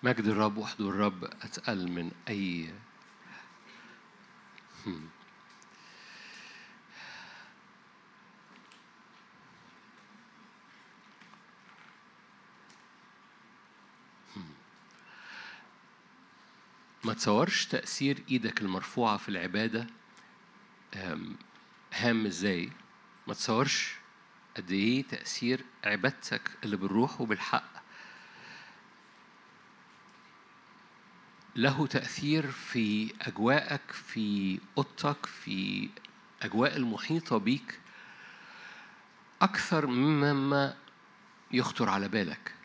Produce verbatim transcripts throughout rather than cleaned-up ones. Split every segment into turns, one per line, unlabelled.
مجد الرب وحده الرب أتقل من أي هم. هم. ما تصورش تأثير إيدك المرفوعة في العبادة هام إزاي. ما تصورش قد إيه تأثير عبادتك اللي بالروح وبالحق له تأثير في أجواءك، في أوضتك، في أجواء المحيطة بيك أكثر مما يخطر على بالك.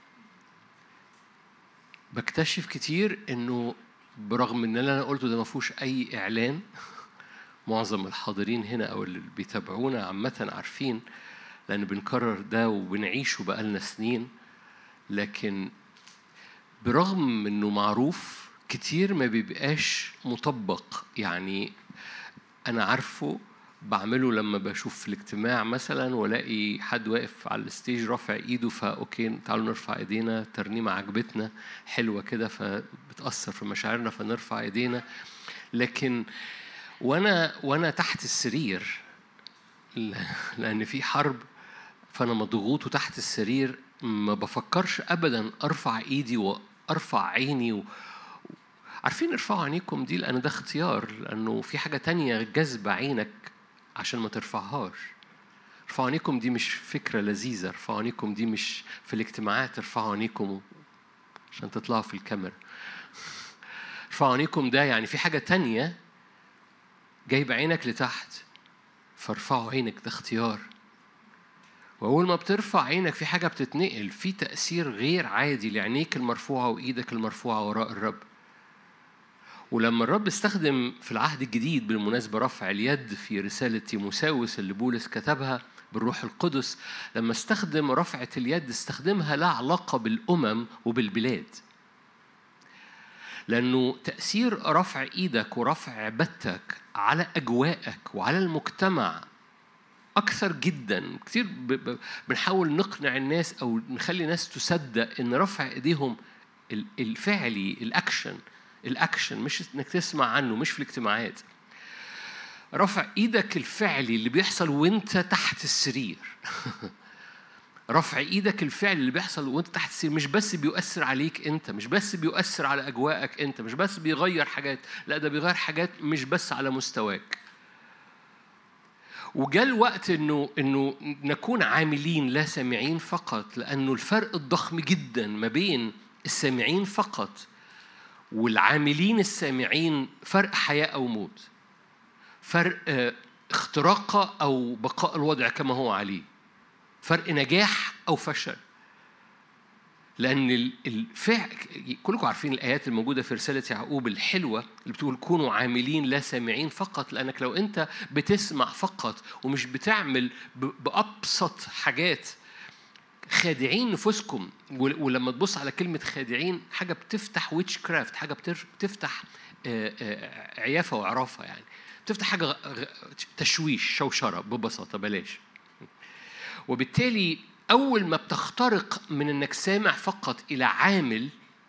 بكتشف كتير إنه برغم إن اللي أنا قلته ده ما فيهوش أي إعلان، معظم الحاضرين هنا أو اللي بيتابعونا عامة عارفين، لأن بنكرر ده وبنعيشه بقالنا سنين، لكن برغم إنه معروف كتير ما بيبقاش مطبق. يعني أنا عارفه بعمله لما بشوف في الاجتماع مثلا ولاقي حد واقف على الستيج رافع ايده، فاوكي تعالوا نرفع ايدينا، ترنيمة عجبتنا حلوة كده فبتأثر في مشاعرنا فنرفع ايدينا. لكن وانا وانا تحت السرير لأن في حرب فأنا مضغوط وتحت السرير، ما بفكرش أبدا أرفع إيدي وأرفع عيني و... عارفين ارفعوا عينيكم دي لأن ده اختيار، لأنه في حاجة تانية جذب عينك عشان ما ترفعهاش. ارفعوا عينيكم دي مش فكرة لذيذة، ارفعوا عينيكم دي مش في الاجتماعات، ارفعوا عينيكم عشان تطلعوا في الكاميرا. ارفعوا عينيكم ده يعني في حاجة تانية جايب عينك لتحت، فارفعوا عينك، ده اختيار. وأول ما بترفع عينك في حاجة بتتنقل، في تأثير غير عادي لعينيك المرفوعة وإيدك المرفوعة وراء الرب. ولما الرب استخدم في العهد الجديد بالمناسبة رفع اليد في رسالة تيموساوس اللي بولس كتبها بالروح القدس، لما استخدم رفعة اليد استخدمها لا علاقة بالأمم وبالبلاد، لأنه تأثير رفع إيدك ورفع عبادتك على أجواءك وعلى المجتمع أكثر جدا. كتير بنحاول نقنع الناس أو نخلي الناس تصدق إن رفع إيديهم الفعلي، الأكشن الأكشن مش إنك تسمع عنه، مش في الاجتماعات. رفع إيدك الفعلي اللي بيحصل وإنت تحت السرير. رفع إيدك الفعلي اللي بيحصل وإنت تحت السرير مش بس بيؤثر عليك أنت، مش بس بيؤثر على أجواءك أنت، مش بس بيغير حاجات، لا ده بيغير حاجات مش بس على مستواك. وجاء الوقت إنه إنه نكون عاملين لا سامعين فقط، لأنه الفرق الضخم جدا ما بين السامعين فقط والعاملين السامعين فرق حياة أو موت، فرق اختراق أو بقاء الوضع كما هو عليه، فرق نجاح أو فشل. لأن الفعل، كلكم عارفين الآيات الموجودة في رسالة يعقوب الحلوة اللي بتقول كونوا عاملين لا سامعين فقط، لأنك لو أنت بتسمع فقط ومش بتعمل بأبسط حاجات، خادعين نفسكم. ولما تبص على كلمة خادعين، حاجة بتفتح ويتش كرافت، حاجة بتفتح عيافة وعرافة، يعني بتفتح حاجة تشويش، شوشرة ببساطة، بلاش. وبالتالي أول ما بتخترق من أنك سامع فقط إلى عامل،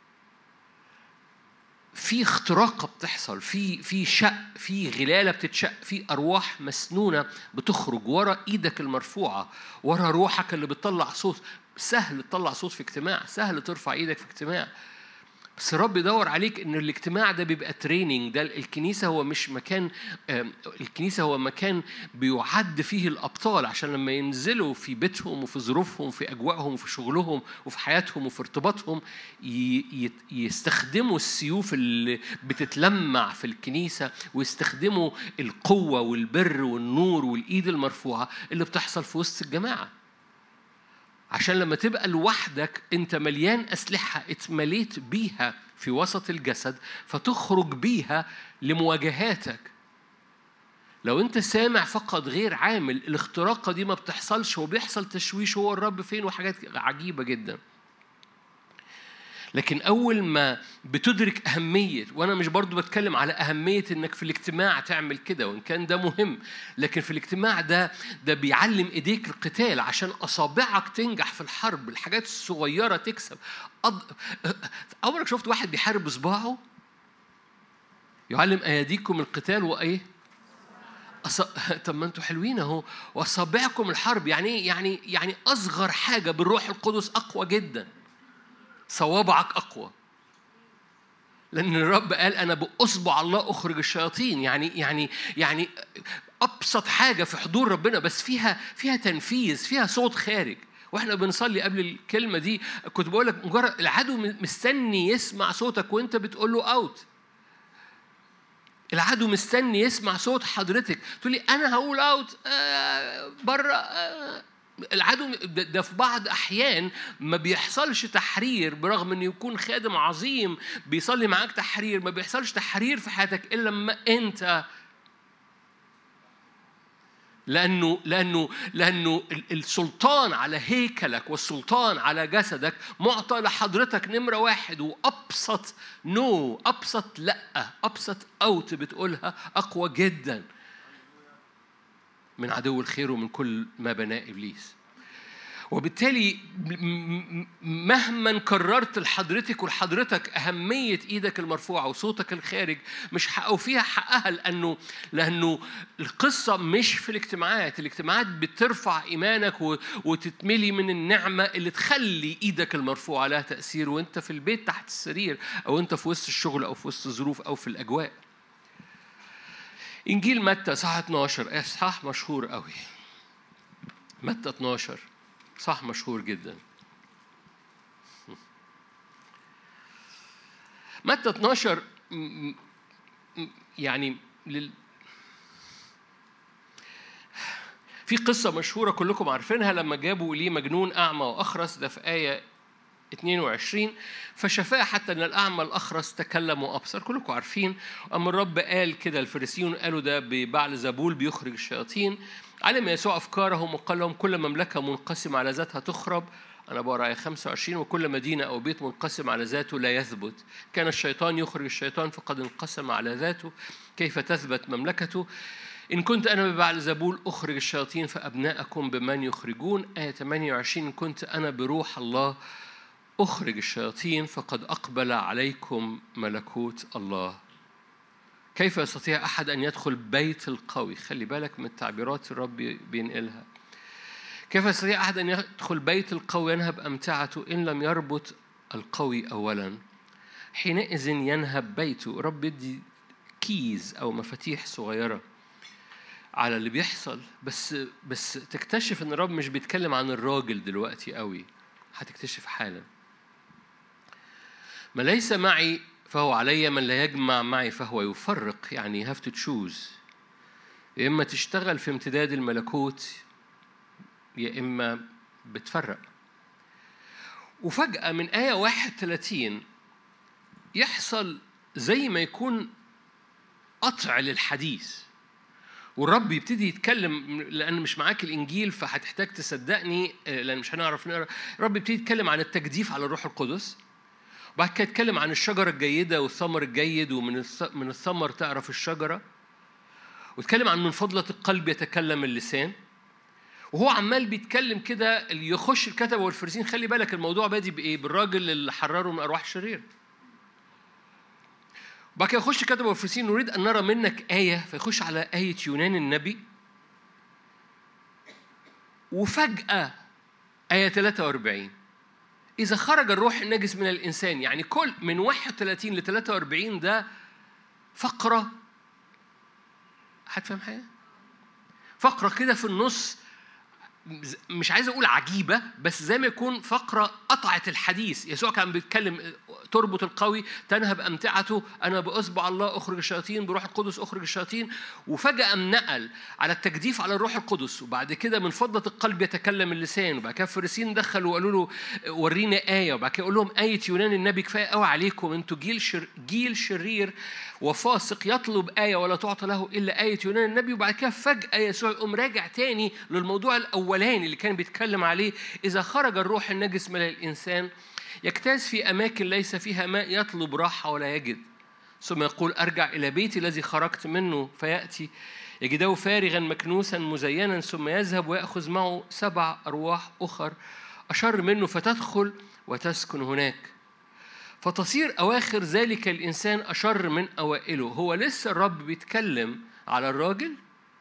في اختراقة بتحصل، في في شق، في غلالة بتتشق، في أرواح مسنونة بتخرج ورا إيدك المرفوعة، ورا روحك اللي بتطلع صوت. سهل تطلع صوت في اجتماع، سهل ترفع إيدك في اجتماع، بس الرب يدور عليك إن الاجتماع ده بيبقى تريننج. ده الكنيسة هو مش مكان، الكنيسة هو مكان بيعد فيه الأبطال عشان لما ينزلوا في بيتهم وفي ظروفهم في أجواءهم وفي شغلهم وفي حياتهم وفي ارتباطهم يستخدموا السيوف اللي بتتلمع في الكنيسة، ويستخدموا القوة والبر والنور والإيد المرفوعة اللي بتحصل في وسط الجماعة، عشان لما تبقى لوحدك انت مليان أسلحة اتمليت بيها في وسط الجسد، فتخرج بيها لمواجهاتك. لو انت سامع فقط غير عامل، الاختراقة دي ما بتحصلش وبيحصل تشويش، هو الرب فين وحاجات عجيبة جدا. لكن أول ما بتدرك أهمية، وأنا مش برضو بتكلم على أهمية إنك في الاجتماع تعمل كده، وإن كان ده مهم، لكن في الاجتماع ده ده بيعلم إيديك القتال عشان أصابعك تنجح في الحرب، الحاجات الصغيرة تكسب. أض... عمرك شفت واحد بيحارب بصباعه؟ يعلم أيديكم القتال وإيه؟ أص... طب ما أنتوا حلوين أهو. وأصابعكم الحرب يعني يعني يعني أصغر حاجة بالروح القدس أقوى جدا. صوابعك أقوى، لأن الرب قال أنا بأصبع الله أخرج الشياطين. يعني يعني يعني أبسط حاجة في حضور ربنا، بس فيها فيها تنفيذ، فيها صوت خارج. وإحنا بنصلي قبل الكلمة دي كنت بقول لك مجرد العدو مستني يسمع صوتك وأنت بتقول له أوت. العدو مستني يسمع صوت حضرتك تقولي أنا هقول أوت آه بره آه. العدو ده في بعض أحيان ما بيحصلش تحرير، برغم أن يكون خادم عظيم بيصلي معاك تحرير، ما بيحصلش تحرير في حياتك إلا لما أنت، لأنه لأنه لأنه السلطان على هيكلك والسلطان على جسدك معطى لحضرتك نمرة واحد. وأبسط نو أبسط لأ أبسط أوت بتقولها أقوى جدا من عدو الخير ومن كل ما بناه إبليس. وبالتالي مهما كررت لحضرتك ولحضرتك أهمية إيدك المرفوعة وصوتك الخارج مش حقه فيها حقها، لأنه لأنه القصة مش في الاجتماعات. الاجتماعات بترفع إيمانك وتتملي من النعمة اللي تخلي إيدك المرفوعة لها تأثير وأنت في البيت تحت السرير، أو أنت في وسط الشغل، أو في وسط الظروف، أو في الأجواء. إنجيل متى صح اتناشر، إصحاح مشهور قوي. متى اتناشر صح مشهور جدا. متى اتناشر يعني لل... في قصة مشهورة كلكم عارفينها، لما جابوا ليه مجنون أعمى وأخرس، ده في آية اثنين وعشرين، فشفاه حتى أن الأعمى الأخرس تكلم وأبصر. كلكم عارفين. أما الرب قال كده، الفريسيون قالوا ده ببعل زبول بيخرج الشياطين. علم يسوع أفكارهم وقال لهم كل مملكة منقسمة على ذاتها تخرب. أنا بقرأ آية خمسة وعشرين، وكل مدينة أو بيت منقسم على ذاته لا يثبت. كان الشيطان يخرج الشيطان فقد انقسم على ذاته، كيف تثبت مملكته؟ إن كنت أنا ببعل زبول أخرج الشياطين فأبناءكم بمن يخرجون. آية ثمانية وعشرين، إن كنت أنا بروح الله أخرج الشياطين فقد أقبل عليكم ملكوت الله. كيف يستطيع أحد أن يدخل بيت القوي؟ خلي بالك من التعبيرات الرب بينقلها. كيف يستطيع أحد أن يدخل بيت القوي ينهب أمتعته إن لم يربط القوي أولا؟ حينئذ ينهب بيته. رب يدي كيز أو مفاتيح صغيرة على اللي بيحصل، بس بس تكتشف أن الرب مش بيتكلم عن الراجل دلوقتي قوي. هتكتشف حالا. ما ليس معي فهو علي، من لا يجمع معي فهو يفرق. يعني have to choose. يا إما تشتغل في امتداد الملكوت، يا إما بتفرق. وفجأة من آية واحد وثلاثين يحصل زي ما يكون قطع للحديث، والرب يبتدي يتكلم. لأن مش معاك الإنجيل فهتحتاج تصدقني، لأن مش هنعرف نقرأ. الرب يبتدي يتكلم عن التجديف على الروح القدس، وبعد كده يتكلم عن الشجرة الجيدة والثمر الجيد، ومن من الثمر تعرف الشجرة، ويتكلم عن من فضلة القلب يتكلم اللسان. وهو عمال بيتكلم كده، اللي يخش الكتبة والفريسين. خلي بالك الموضوع بادي بإيه؟ بالراجل اللي حرره من أرواح الشرير. وبعد كده يخش الكتبة والفريسين، نريد أن نرى منك آية، فيخش على آية يونان النبي. وفجأة آية ثلاثة وأربعين، إذا خرج الروح النجس من الإنسان. يعني كل من واحد وثلاثين ل ثلاثة وأربعين ده فقرة. هتفهم حاجة؟ فقرة كده في النص، مش عايز أقول عجيبة، بس زي ما يكون فقرة قطعت الحديث. يسوع كان بيتكلم تربط القوي تنهب أمتعته، أنا بأصبع الله أخرج الشياطين، بروح القدس أخرج الشياطين. وفجأة نقل على التجديف على الروح القدس، وبعد كده من فضلة القلب يتكلم اللسان. وبعد كده الفريسين دخلوا وقالوا له ورينا آية، وبعد كده يقول لهم آية يونان النبي كفاية قوي عليكم، أنتوا جيل شر جيل شرير وفاسق يطلب آية ولا تعطى له إلا آية يونان النبي. وبعد كده فجأة يسوع يقوم راجع تاني للموضوع الأول الأولاني اللي كان بيتكلم عليه، إذا خرج الروح النجس من الإنسان يجتاز في أماكن ليس فيها ماء، يطلب راحة ولا يجد، ثم يقول أرجع إلى بيتي الذي خرجت منه، فيأتي يجده فارغا مكنوسا مزينا، ثم يذهب ويأخذ معه سبع أرواح أخر أشر منه فتدخل وتسكن هناك، فتصير أواخر ذلك الإنسان أشر من أوائله. هو لسه الرب بيتكلم على الراجل.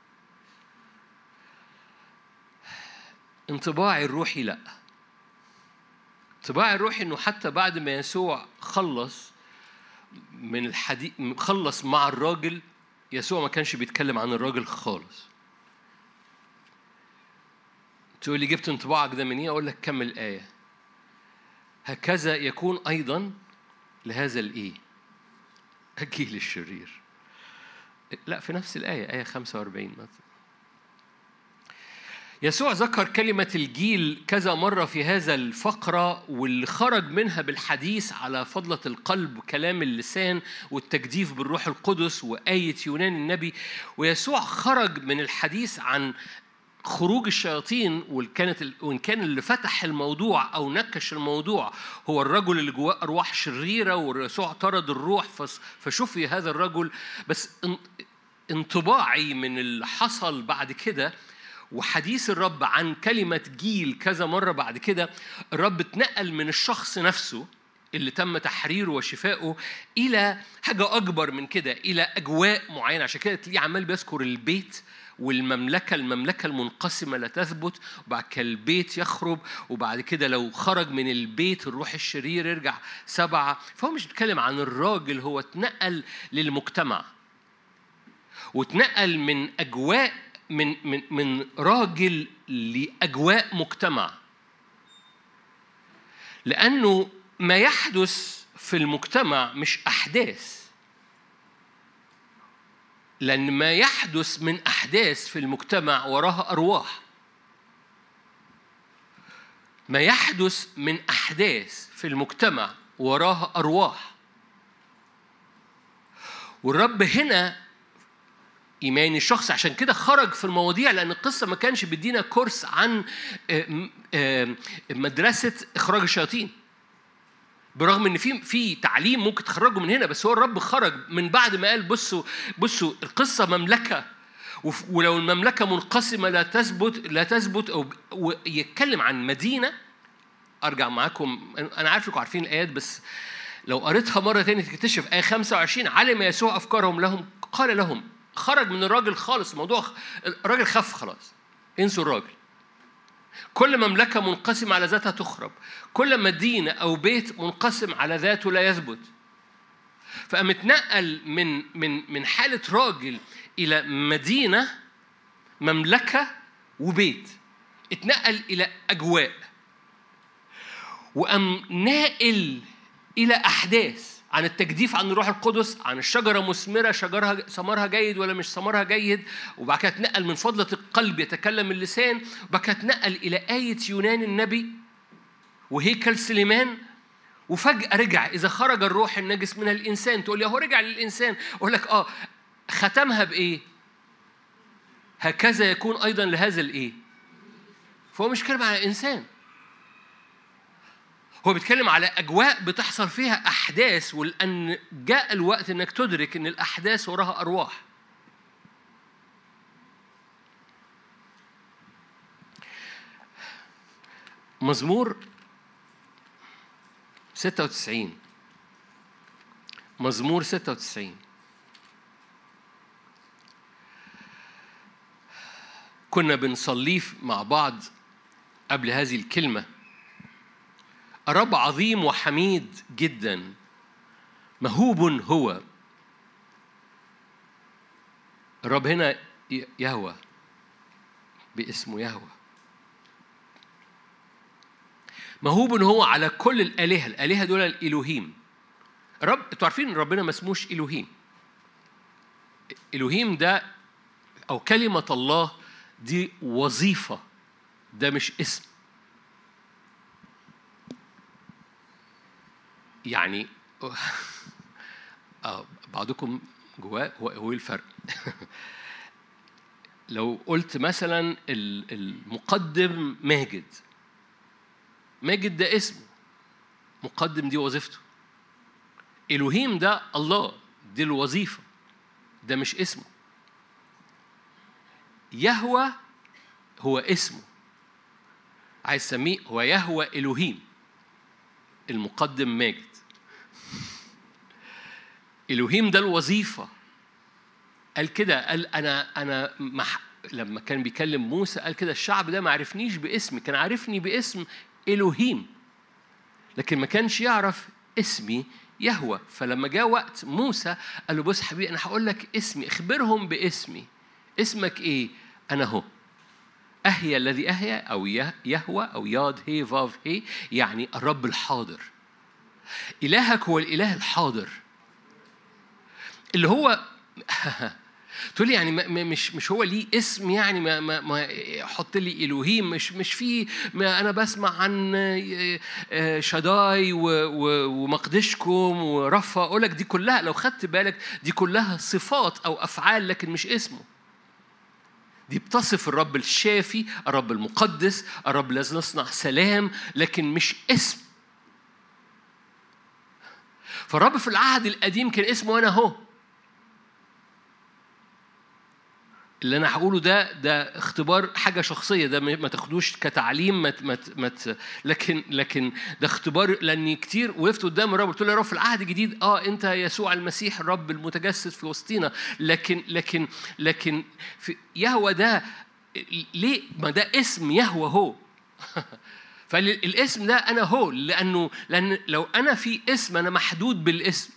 انطباعي الروحي لأ، انطباعي الروحي إنه حتى بعد ما يسوع خلص من الحديث، خلص مع الراجل، يسوع ما كانش بيتكلم عن الراجل خالص. تقول لي جبت انطباعك ده منين؟ أقول لك كمل الآية. هكذا يكون أيضا لهذا الإيه؟ الجيل الشرير. لا، في نفس الآية، آية خمسة وأربعين مثلا. يسوع ذكر كلمة الجيل كذا مرة في هذا الفقرة، واللي خرج منها بالحديث على فضلة القلب وكلام اللسان والتجديف بالروح القدس وآية يونان النبي. ويسوع خرج من الحديث عن خروج الشياطين، وكانت وإن كان اللي فتح الموضوع أو نكش الموضوع هو الرجل اللي جواه أرواح شريرة، ويسوع طرد الروح فشوفي هذا الرجل. بس انطباعي من اللي حصل بعد كده وحديث الرب عن كلمة جيل كذا مرة بعد كده، الرب اتنقل من الشخص نفسه اللي تم تحريره وشفائه إلى حاجة أكبر من كده، إلى أجواء معينة. عشان كده تلاقيه عمال بيذكر البيت والمملكة، المملكة المنقسمة لا تثبت، وبعد كده البيت يخرب، وبعد كده لو خرج من البيت الروح الشرير يرجع سبعة. فهو مش بيتكلم عن الراجل، هو اتنقل للمجتمع واتنقل من أجواء من من من راجل لأجواء مجتمع. لأنه ما يحدث في المجتمع مش أحداث، لأن ما يحدث من أحداث في المجتمع وراها أرواح. ما يحدث من أحداث في المجتمع وراها أرواح. والرب هنا إيمان الشخص عشان كده خرج في المواضيع، لأن القصة ما كانش بيدينا كورس عن مدرسة إخراج الشياطين، برغم إن في في تعليم ممكن تخرجه من هنا. بس هو الرب خرج من بعد ما قال بصوا بصوا القصة مملكة، ولو المملكة منقسمة لا تثبت لا تثبت أو ويتكلم عن مدينة. أرجع معاكم، أنا عارف إنكم عارفين الآيات، بس لو قريتها مرة تانية تكتشف آية خمسة وعشرين. علم يسوع أفكارهم لهم قال لهم، خرج من الراجل خالص. الموضوع الراجل خف خلاص، انسوا الراجل. كل مملكة منقسمة على ذاتها تخرب، كل مدينة أو بيت منقسم على ذاته لا يثبت. فقام اتنقل من من من حالة راجل إلى مدينة، مملكة وبيت. اتنقل إلى أجواء، وقام ناقل إلى أحداث عن التجديف عن الروح القدس، عن الشجرة مثمرة، شجرها ثمرها جيد ولا مش ثمرها جيد. وبعد كده اتنقل من فضلة القلب يتكلم اللسان، وبعد كده اتنقل إلى آية يونان النبي وهيكل سليمان. وفجأة رجع إذا خرج الروح النجس من الإنسان. تقول لي هو رجع للإنسان، أقول لك آه، ختمها بإيه؟ هكذا يكون أيضا لهذا الإيه؟ فهو مش كلام على إنسان، هو بيتكلم على أجواء بتحصل فيها أحداث، ولأن جاء الوقت أنك تدرك أن الأحداث وراها أرواح. مزمور ستة وتسعين، مزمور ستة وتسعين. كنا بنصلي مع بعض قبل هذه الكلمة. الرب عظيم وحميد جدا، مهوب هو. الرب هنا يهوه، باسمه يهوه. مهوب هو على كل الآلهة. الآلهة دول الإلوهيم. الرب، انتوا عارفين ان ربنا ما اسموش إلوهيم. إلوهيم ده أو كلمة الله دي وظيفة، ده مش اسم. يعني آه بعضكم جواه هو الفرق. لو قلت مثلا المقدم ماجد، ماجد ده اسمه، مقدم دي وظيفته. إلهيم ده الله، دي الوظيفة، ده مش اسمه. يهوه هو اسمه، عايز تسميه هو يهوه إلهيم، المقدم ماجد. إلهيم ده الوظيفة. قال كده، قال أنا أنا مح... لما كان بيكلم موسى قال كده الشعب ده ما عرفنيش باسمي، كان عارفني باسم إلهيم لكن ما كانش يعرف اسمي يهوه. فلما جاء وقت موسى قال له بص حبيبي أنا هقول لك اسمي، اخبرهم باسمي. اسمك إيه؟ أنا هو أهيا الذي أهيا، أو يهوه أو ياد هي فاف هي، يعني الرب الحاضر. إلهك هو الإله الحاضر اللي هو تقول لي يعني مش مش هو ليه اسم يعني ما ما ما حط لي إلهيم، مش مش في ما أنا بسمع عن شداي ومقدشكم ورفا، أقول لك دي كلها لو خدت بالك دي كلها صفات أو أفعال لكن مش اسمه. دي بتصف الرب الشافي، الرب المقدس، الرب الذي يصنع سلام، لكن مش اسم. فالرب في العهد القديم كان اسمه أنا هو. اللي أنا هقوله ده ده اختبار حاجة شخصية، ده ما تاخدوش كتعليم، ما ما ما لكن لكن ده اختبار، لأني كتير وقفت قدام الرب قلت له يا رب في العهد الجديد آه أنت يسوع المسيح الرب المتجسد في وسطينا، لكن لكن لكن في يهوه ده ليه؟ ما ده اسم يهوه هو. فالاسم ده أنا هو، لأنه لأن لو أنا في اسم أنا محدود بالاسم،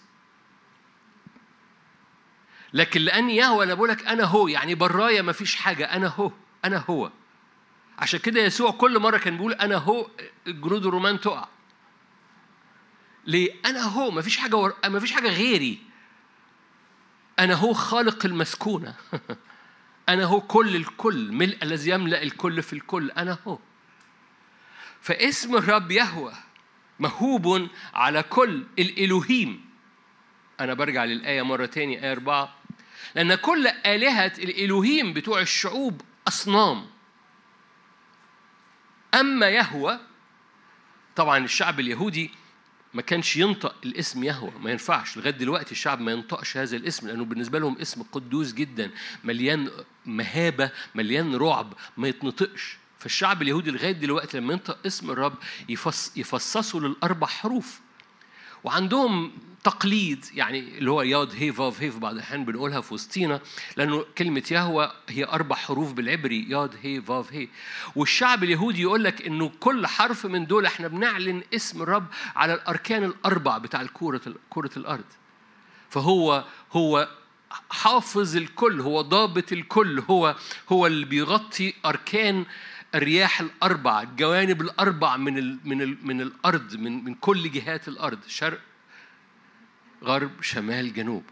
لكن لأني يهوه أنا بقولك أنا هو، يعني برايا ما فيش حاجة، أنا هو أنا هو. عشان كده يسوع كل مرة كان بيقول أنا هو، الجنود الرومان تقع. ليه؟ أنا هو، ما فيش حاجة ور... ما فيش حاجة غيري. أنا هو خالق المسكونة. أنا هو كل الكل، ملء الذي يملأ الكل في الكل، أنا هو. فاسم الرب يهوه مهوب على كل الإلهيم. أنا برجع للآية مرة تاني، آية أربعة، لأن كل آلهة الإلهيم بتوع الشعوب أصنام، أما يهوه. طبعا الشعب اليهودي ما كانش ينطق الاسم يهوه، ما ينفعش لغاية دلوقتي الشعب ما ينطقش هذا الاسم، لأنه بالنسبة لهم اسم قدوس جدا، مليان مهابة، مليان رعب، ما يتنطقش. فالشعب اليهودي لغاية دلوقتي لما ينطق اسم الرب يفص يفصصوا للأربع حروف، وعندهم تقليد يعني اللي هو ياد هي فاف هي، في بعض الأحيان بنقولها في وسطينا لأنه كلمة يهوه هي أربع حروف بالعبري، ياد هي فاف هي. والشعب اليهودي يقول لك إنه كل حرف من دول إحنا بنعلن اسم الرب على الأركان الأربع بتاع الكرة كرة الأرض. فهو هو حافظ الكل، هو ضابط الكل، هو هو اللي بيغطي أركان الرياح الأربع، الجوانب الأربع من ال من ال من الأرض، من من كل جهات الأرض، شرق غرب شمال جنوب.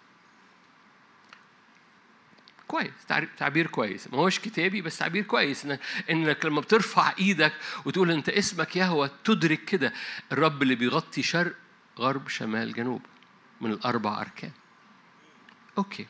كويس، تعبير كويس، ما هوش كتابي بس تعبير كويس، إنك, إنك لما بترفع إيدك وتقول أنت اسمك يهوه تدرك كده الرب اللي بيغطي شرق غرب شمال جنوب من الأربع أركان. أوكي.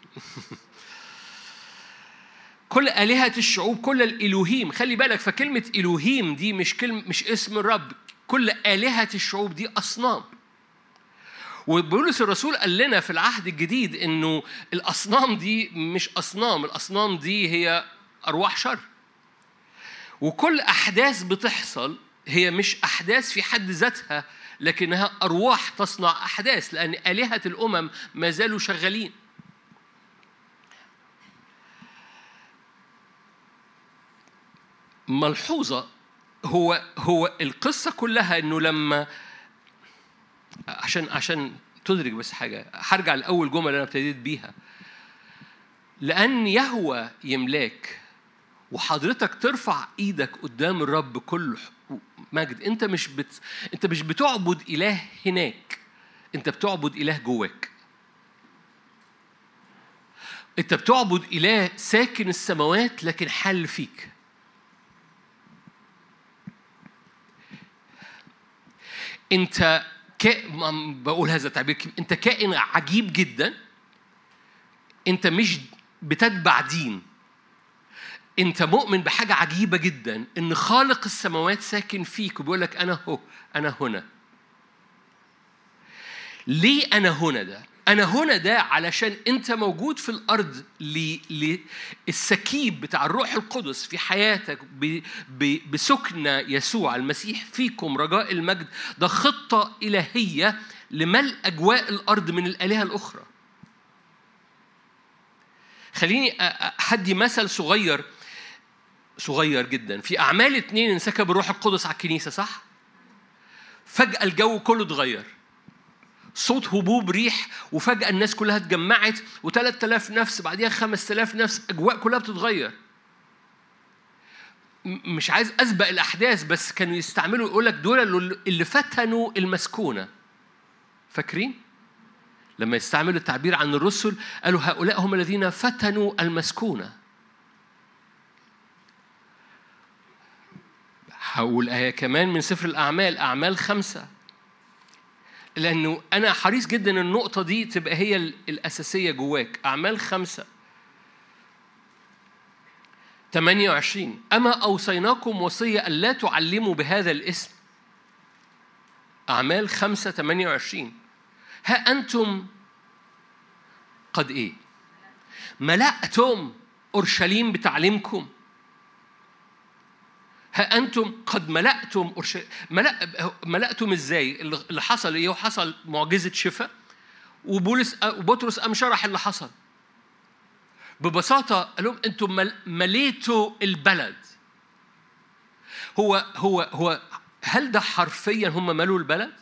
كل آلهة الشعوب، كل الإلهيم، خلي بالك، فكلمة إلهيم دي مش كلمة، مش اسم الرب. كل آلهة الشعوب دي أصنام. وبولس الرسول قال لنا في العهد الجديد إنه الأصنام دي مش أصنام، الأصنام دي هي أرواح شر. وكل أحداث بتحصل هي مش أحداث في حد ذاتها، لكنها أرواح تصنع أحداث، لأن آلهة الأمم ما زالوا شغالين. ملحوظة، هو هو القصة كلها إنه لما عشان عشان تدرك بس حاجة، هرجع لأول جملة أنا ابتديت بيها. لأن يهوه يملاك وحضرتك ترفع إيدك قدام الرب كل مجد، أنت مش بت أنت مش بتعبد إله هناك، أنت بتعبد إله جواك. أنت بتعبد إله ساكن السماوات لكن حل فيك. أنت ك... بقول هذا التعبير، أنت كائن عجيب جدا. أنت مش بتتبع دين، أنت مؤمن بحاجة عجيبة جدا، إن خالق السماوات ساكن فيك وبيقول لك أنا هو، أنا هنا. ليه أنا هنا ده؟ أنا هنا ده علشان أنت موجود في الأرض للسكيب بتاع الروح القدس في حياتك بسكن يسوع المسيح فيكم رجاء المجد. ده خطة إلهية لملء أجواء الأرض من الآلهة الأخرى. خليني أحدي مثل صغير صغير جدا. في أعمال اتنين انسكب الروح القدس على الكنيسة، صح؟ فجأة الجو كله اتغير، صوت هبوب ريح، وفجأة الناس كلها اتجمعت، وثلاثة آلاف نفس، بعديها خمسة آلاف نفس، أجواء كلها بتتغير. مش عايز أسبق الأحداث، بس كانوا يستعملوا يقولك دول اللي فتنوا المسكونة. فاكرين؟ لما يستعملوا التعبير عن الرسل قالوا هؤلاء هم الذين فتنوا المسكونة. هقول آية كمان من سفر الأعمال، أعمال خمسة، لأنه أنا حريص جدا النقطة دي تبقى هي الأساسية جواك. أعمال خمسة ثمانية وعشرين، أما أوصيناكم وصية ألا تعلموا بهذا الاسم. أعمال خمسة ثمانية وعشرين، ها أنتم قد إيه ملأتم أورشليم بتعليمكم. ها أنتم قد ملأتم أورشليم. ملأ ملأتم إزاي؟ اللي حصل إيه؟ حصل معجزة شفاء، وبولس وبطرس قام شرح اللي حصل ببساطة. قال لهم أنتم مليتوا البلد. هو هو هو هل ده حرفيا هم ملوا البلد؟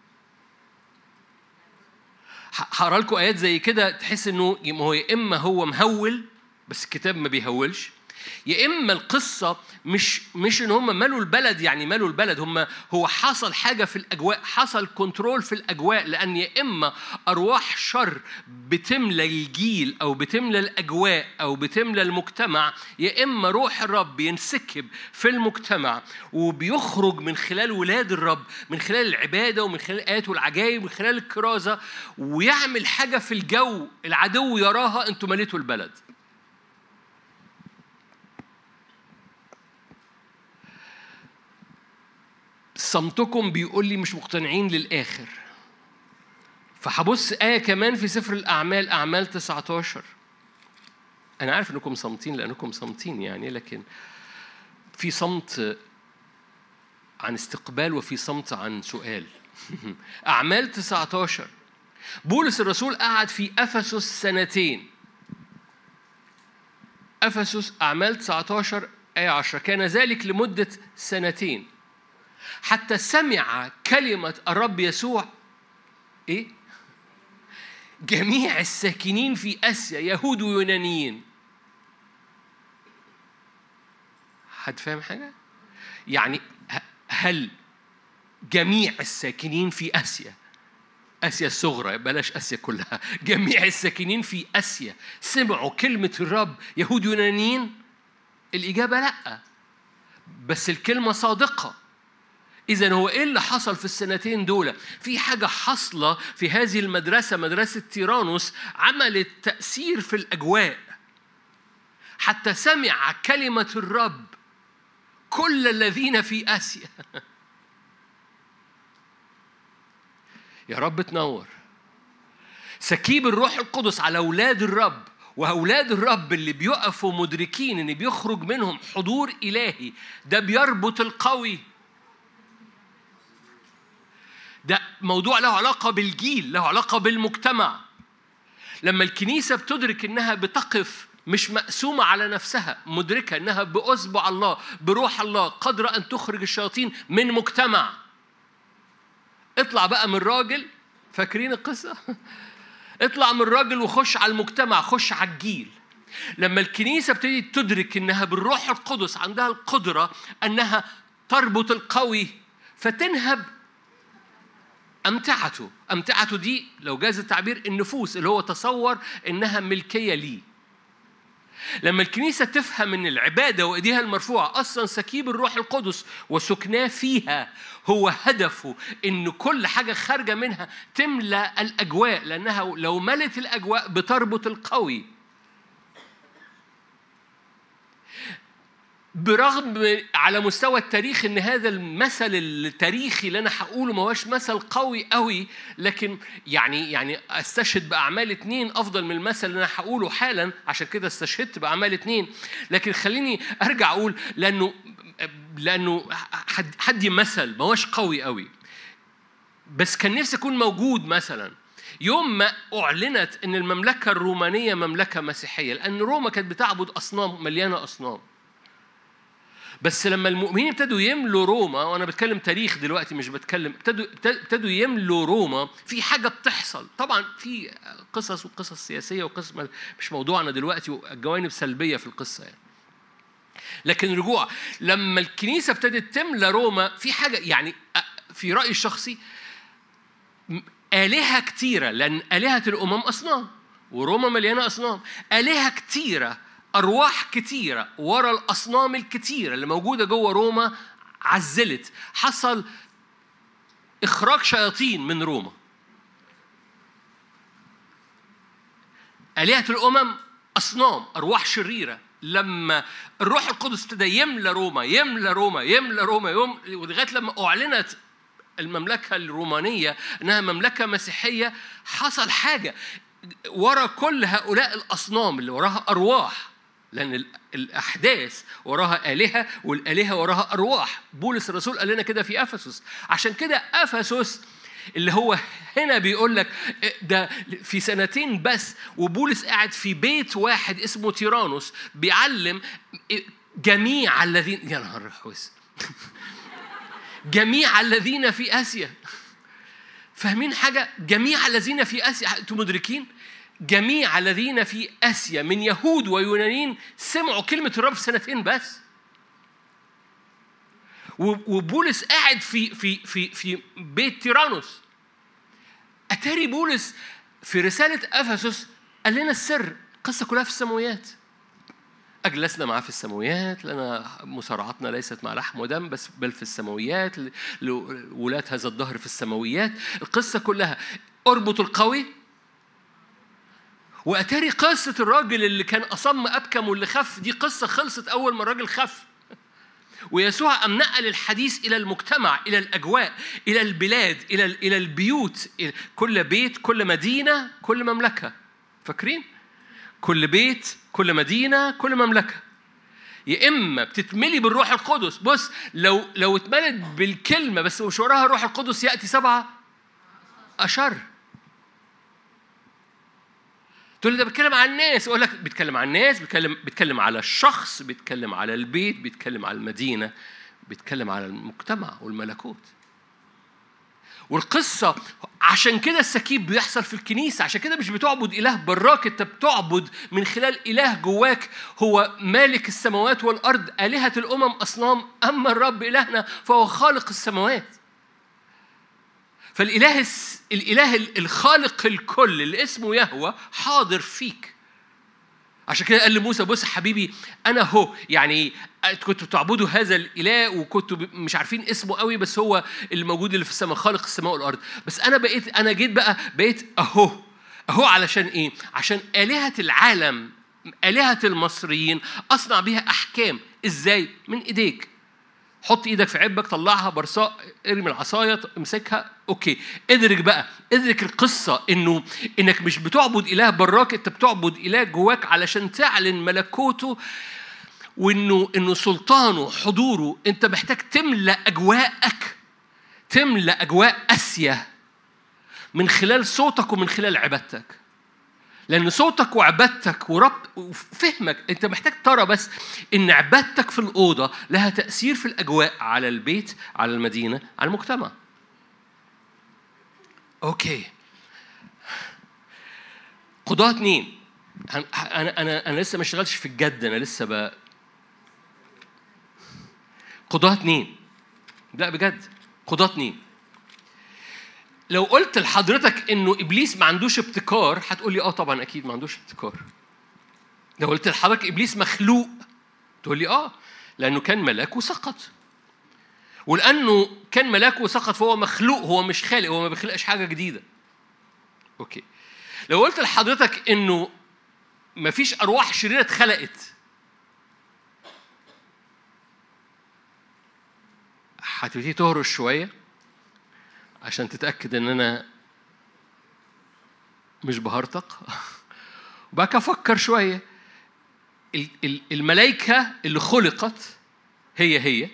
هقرا لكم آيات زي كده تحس إنه هو يا إما هو مهول، بس الكتاب ما بيهولش، يا إما القصة مش مش إن هم ملوا البلد يعني ملوا البلد، هم هو حصل حاجة في الأجواء، حصل كنترول في الأجواء. لأن يا إما أرواح شر بتملى الجيل أو بتملى الأجواء أو بتملى المجتمع، يا إما روح الرب ينسكب في المجتمع وبيخرج من خلال ولاد الرب، من خلال العبادة ومن خلال الآيات والعجائب ومن خلال الكرازة، ويعمل حاجة في الجو العدو يراها. أنتم مليتوا البلد. صمتكم بيقول لي مش مقتنعين للآخر. فحبص آية كمان في سفر الأعمال، أعمال تسعة عشر. أنا عارف أنكم صمتين لأنكم صمتين يعني، لكن في صمت عن استقبال وفي صمت عن سؤال. أعمال تسعة عشر، بولس الرسول قعد في أفسس سنتين. أفسس أعمال تسعة عشر آية عشرة، كان ذلك لمدة سنتين حتى سمع كلمة الرب يسوع إيه؟ جميع الساكنين في آسيا، يهود ويونانيين. حد فاهم حاجة؟ يعني هل جميع الساكنين في آسيا، آسيا الصغرى بلاش آسيا كلها، جميع الساكنين في آسيا سمعوا كلمة الرب يهود ويونانيين؟ الإجابة لأ، بس الكلمة صادقة. إذن هو إيه اللي حصل في السنتين دول؟ في حاجة حصلة في هذه المدرسة، مدرسة تيرانوس، عملت تأثير في الأجواء حتى سمع كلمة الرب كل الذين في آسيا. يا رب تنور. سكيب الروح القدس على أولاد الرب، وأولاد الرب اللي بيقفوا مدركين إن بيخرج منهم حضور إلهي، ده بيربط القوي. ده موضوع له علاقة بالجيل، له علاقة بالمجتمع. لما الكنيسة بتدرك إنها بتقف مش مقسومة على نفسها، مدركة إنها بأصبع الله بروح الله قادرة أن تخرج الشياطين من مجتمع. اطلع بقى من راجل، فاكرين القصة؟ اطلع من راجل وخش على المجتمع، خش على الجيل. لما الكنيسة بتبتدي تدرك إنها بالروح القدس عندها القدرة أنها تربط القوي فتنهب أمتعته. أمتعته دي لو جاز التعبير النفوس، اللي هو تصور إنها ملكية لي. لما الكنيسة تفهم إن العبادة وإيديها المرفوعة أصلاً سكيب الروح القدس وسكناه فيها هو هدفه إن كل حاجة خارجة منها تملأ الأجواء، لأنها لو ملت الأجواء بتربط القوي. برغم على مستوى التاريخ ان هذا المثل التاريخي اللي انا هقوله ما هوش مثل قوي قوي، لكن يعني يعني استشهد باعمال اتنين افضل من المثل اللي انا هقوله حالا، عشان كده استشهدت باعمال اتنين. لكن خليني ارجع اقول لانه لانه حد مثل ما هوش قوي قوي، بس كان نفسي يكون موجود. مثلا يوم ما اعلنت ان المملكه الرومانيه مملكه مسيحيه، لان روما كانت بتعبد اصنام، مليانه اصنام. بس لما المؤمنين ابتدوا يملوا روما، وانا بتكلم تاريخ دلوقتي مش بتكلم، ابتدوا ابتدوا يملوا روما، في حاجه بتحصل. طبعا في قصص وقصص سياسيه وقصص مش موضوعنا دلوقتي، وجوانب سلبيه في القصه يعني. لكن رجوع لما الكنيسه ابتدت تملى روما، في حاجه يعني في رايي الشخصي آلهة كتيرة، لأن آلهة الأمم أصنام وروما مليانة أصنام. آلهة كتيرة، أرواح كتيرة ورا الأصنام الكتيرة اللي موجودة جوه روما عزلت. حصل إخراج شياطين من روما. آلهة الأمم أصنام، أرواح شريرة. لما الروح القدس ابتدى يملى روما يملى روما يملى روما يوم ولغاية لما أعلنت المملكة الرومانية أنها مملكة مسيحية، حصل حاجة ورا كل هؤلاء الأصنام اللي وراها أرواح، لأن الأحداث وراها آلهة، والآلهة وراها أرواح. بولس الرسول قال لنا كده في أفسس. عشان كده أفسس اللي هو هنا بيقول لك ده في سنتين بس، وبولس قاعد في بيت واحد اسمه تيرانوس بيعلم جميع الذين، يا نهار حوس جميع الذين في آسيا. فاهمين حاجة؟ جميع الذين في آسيا، أنتم مدركين؟ جميع الذين في آسيا من يهود ويونانيين سمعوا كلمة الرب في سنتين بس. وبولس قاعد في في في في بيت تيرانوس. أتاري بولس في رسالة أفسس قال لنا السر، القصة كلها في السماويات. أجلسنا معه في السماويات، لأن مصارعتنا ليست مع لحم ودم بس بل في السماويات، لولاة هذا الدهر في السماويات. القصة كلها أربط القوي. وأتاري قصة الراجل اللي كان أصم أبكم واللي خف، دي قصة خلصت أول ما الراجل خف. ويسوع أم نقل الحديث إلى المجتمع، إلى الأجواء، إلى البلاد، إلى إلى البيوت، إلى كل بيت، كل مدينة، كل مملكة. فاكرين؟ كل بيت، كل مدينة، كل مملكة. يا إما بتتملي بالروح القدس. بص، لو لو اتملت بالكلمة بس مش وراها الروح القدس، يأتي سبعة أشر. تقول لي ده بيتكلم عن الناس، أقول لك بيتكلم عن الناس، بيتكلم بيتكلم على الشخص، بيتكلم على البيت، بيتكلم على المدينة، بيتكلم على المجتمع والملكوت. والقصة عشان كده السكيب بيحصل في الكنيسة. عشان كده مش بتعبد إله براك، أنت بتعبد من خلال إله جواك هو مالك السماوات والأرض. آلهة الأمم أصنام، أما الرب إلهنا فهو خالق السماوات. فالإله الإله الخالق الكل اللي اسمه يهوه حاضر فيك. عشان كده قال لموسى بص حبيبي أنا هو، يعني كنتوا تعبدوا هذا الإله وكنتوا مش عارفين اسمه قوي، بس هو اللي موجود اللي في السماء، خالق السماء والأرض. بس أنا بقيت أنا جيت بقى بقيت أهو أهو علشان إيه؟ عشان آلهة العالم، آلهة المصريين أصنع بها أحكام. إزاي؟ من إيديك. حط إيدك في عبك، طلعها برصاء، ارمي العصاية، امسكها. أوكي، ادرك بقى، ادرك القصة إنه إنك مش بتعبد إله براك، أنت بتعبد إله جواك علشان تعلن ملكوته، وإنه إنه سلطانه، حضوره. أنت محتاج تملأ أجواءك، تملأ أجواء آسيا من خلال صوتك ومن خلال عبادتك. لأن صوتك وعبادتك ورب وفهمك، أنت محتاج ترى بس إن عبادتك في الأوضة لها تأثير في الأجواء، على البيت، على المدينة، على المجتمع. أوكي، قضاة اتنين. أنا أنا أنا لسه ما اشتغلتش في الجد، أنا لسه ب قضاة اتنين. لا بجد، قضاة اتنين. لو قلت لحضرتك إنه إبليس ما عندوش ابتكار، هتقول لي آه طبعًا أكيد ما عندوش ابتكار. لو قلت لحضرتك إبليس مخلوق، تقول لي آه لأنه كان ملاك وسقط. ولأنه كان ملاك وسقط فهو مخلوق، هو مش خالق، هو ما بيخلقش حاجة جديدة. أوكي. لو قلت لحضرتك إنه ما فيش أرواح شريرة اتخلقت، هتبتدي تهرش شوية عشان تتأكد إن أنا مش بهرطق. وبقى أفكر شوية، الملائكة اللي خلقت هي هي،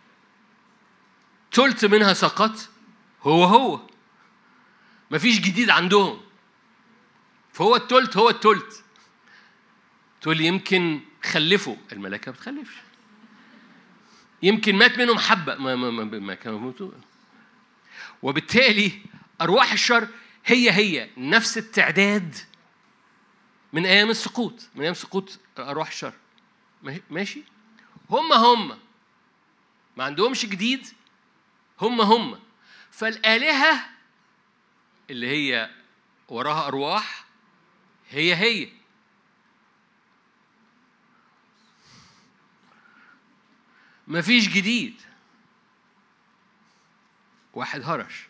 تلت منها سقط، هو هو مفيش جديد عندهم، فهو التلت هو التلت. تقول لي يمكن خلفوا، الملائكة بتخلفش. يمكن مات منهم حبة، ما ما ما, ما كانوا موتوا. وبالتالي أرواح الشر هي هي نفس التعداد من أيام السقوط، من أيام سقوط أرواح الشر. ماشي؟ هم هم ما عندهمش جديد، هم هم. فالآلهة اللي هي وراها أرواح هي هي. ما فيش جديد. واحد هرش.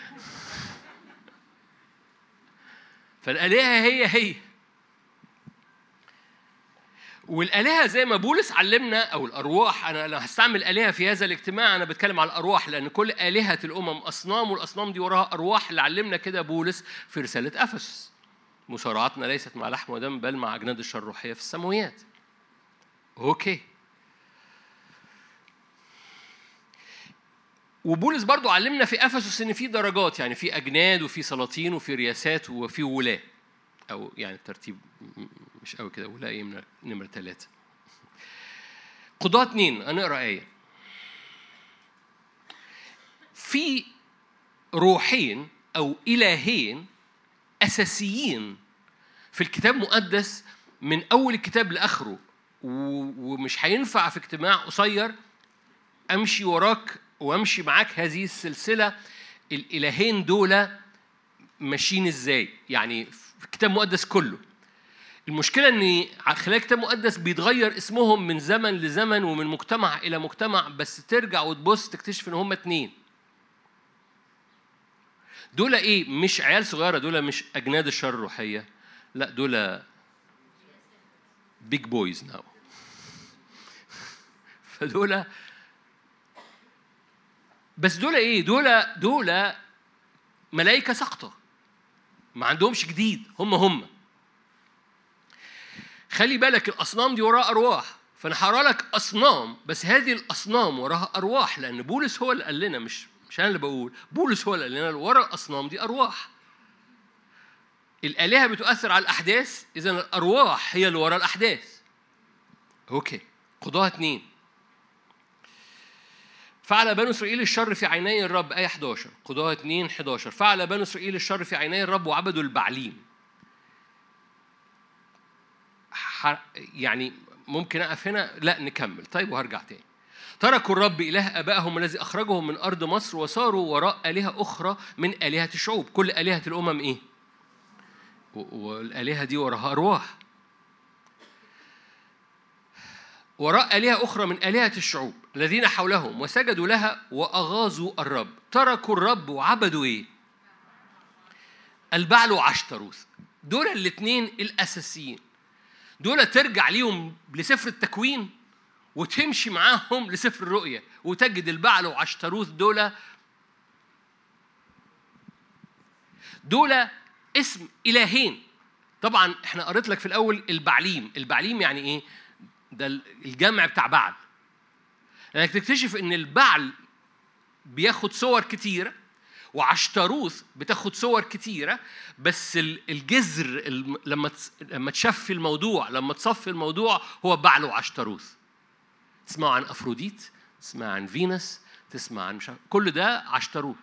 فالآلهة هي هي. والآلهة زي ما بولس علمنا، أو الأرواح، أنا لو هستعمل آلهة في هذا الاجتماع أنا بتكلم على الأرواح، لأن كل آلهة الأمم أصنام، والأصنام دي وراها أرواح، اللي علمنا كده بولس في رسالة أفسس. مصارعتنا ليست مع لحم ودم بل مع أجناد الشر الروحية في السماويات. أوكي. وبولس برضو علمنا في أفسس إن في درجات، يعني في أجناد وفي سلاطين وفي رياسات وفي ولاة، أو يعني الترتيب مش قوي كده، ولاة يمنى نمرة ثلاثة. قضاة اتنين، أنا أقرأ آية. في روحين أو إلهين أساسيين في الكتاب المقدس من أول الكتاب لآخره، ومش هينفع في اجتماع قصير أمشي وراك وأمشي معاك هذه السلسلة. الإلهين دول ماشيين إزاي؟ يعني في الكتاب المقدس كله. المشكلة أن خلال الكتاب المقدس بيتغير اسمهم من زمن لزمن ومن مجتمع إلى مجتمع، بس ترجع وتبص تكتشف أن هم اتنين. دول إيه؟ مش عيال صغيرة، دول مش أجناد الشر الروحية، لا دول big boys now. فدول بس دول إيه؟ دول دول ملائكة سقطة، ما عندهمش جديد، هم هم. خلي بالك الأصنام دي وراها أرواح، فأنا هقرأ لك أصنام، بس هذه الأصنام وراها أرواح، لأن بولس هو اللي قال لنا، مش مش أنا اللي بقول، بولس هو اللي قال لنا ورا الأصنام دي أرواح. الآلهة بتؤثر على الأحداث، إذن الأرواح هي اللي ورا الأحداث. أوكي. قضاة اتنين. فعل بنو إسرائيل الشر في عيني الرب، آية حداشر. قضاة اتنين حداشر. فعل بنو إسرائيل الشر في عيني الرب وعبدوا البعليم. يعني ممكن أقف هنا؟ لا نكمل. طيب وهرجع تاني. تركوا الرب إله أبائهم الذي أخرجهم من أرض مصر وصاروا وراء آلهة أخرى من آلهة الشعوب. كل آلهة الأمم إيه؟ والآلهة دي وراها أرواح. وراء آلهة أخرى من آلهة الشعوب الذين حولهم وسجدوا لها وأغاظوا الرب. تركوا الرب وعبدوا إيه؟ البعل وعشتروث. دول الاثنين الأساسيين. دول ترجع ليهم لسفر التكوين وتمشي معاهم لسفر الرؤية وتجد البعل وعشتروث دول دول اسم إلهين. طبعا احنا قريت لك في الأول البعليم. البعليم يعني إيه؟ ده الجمع بتاع بعل. لأنك تكتشف إن البعل بياخد صور كتيرة وعشتروث بتاخد صور كتيرة، بس الجذر لما لما تشفي الموضوع، لما تصفي الموضوع، هو بعل وعشتروث. تسمع عن أفروديت، تسمع عن فينوس، تسمع عن مش كل ده عشتروث.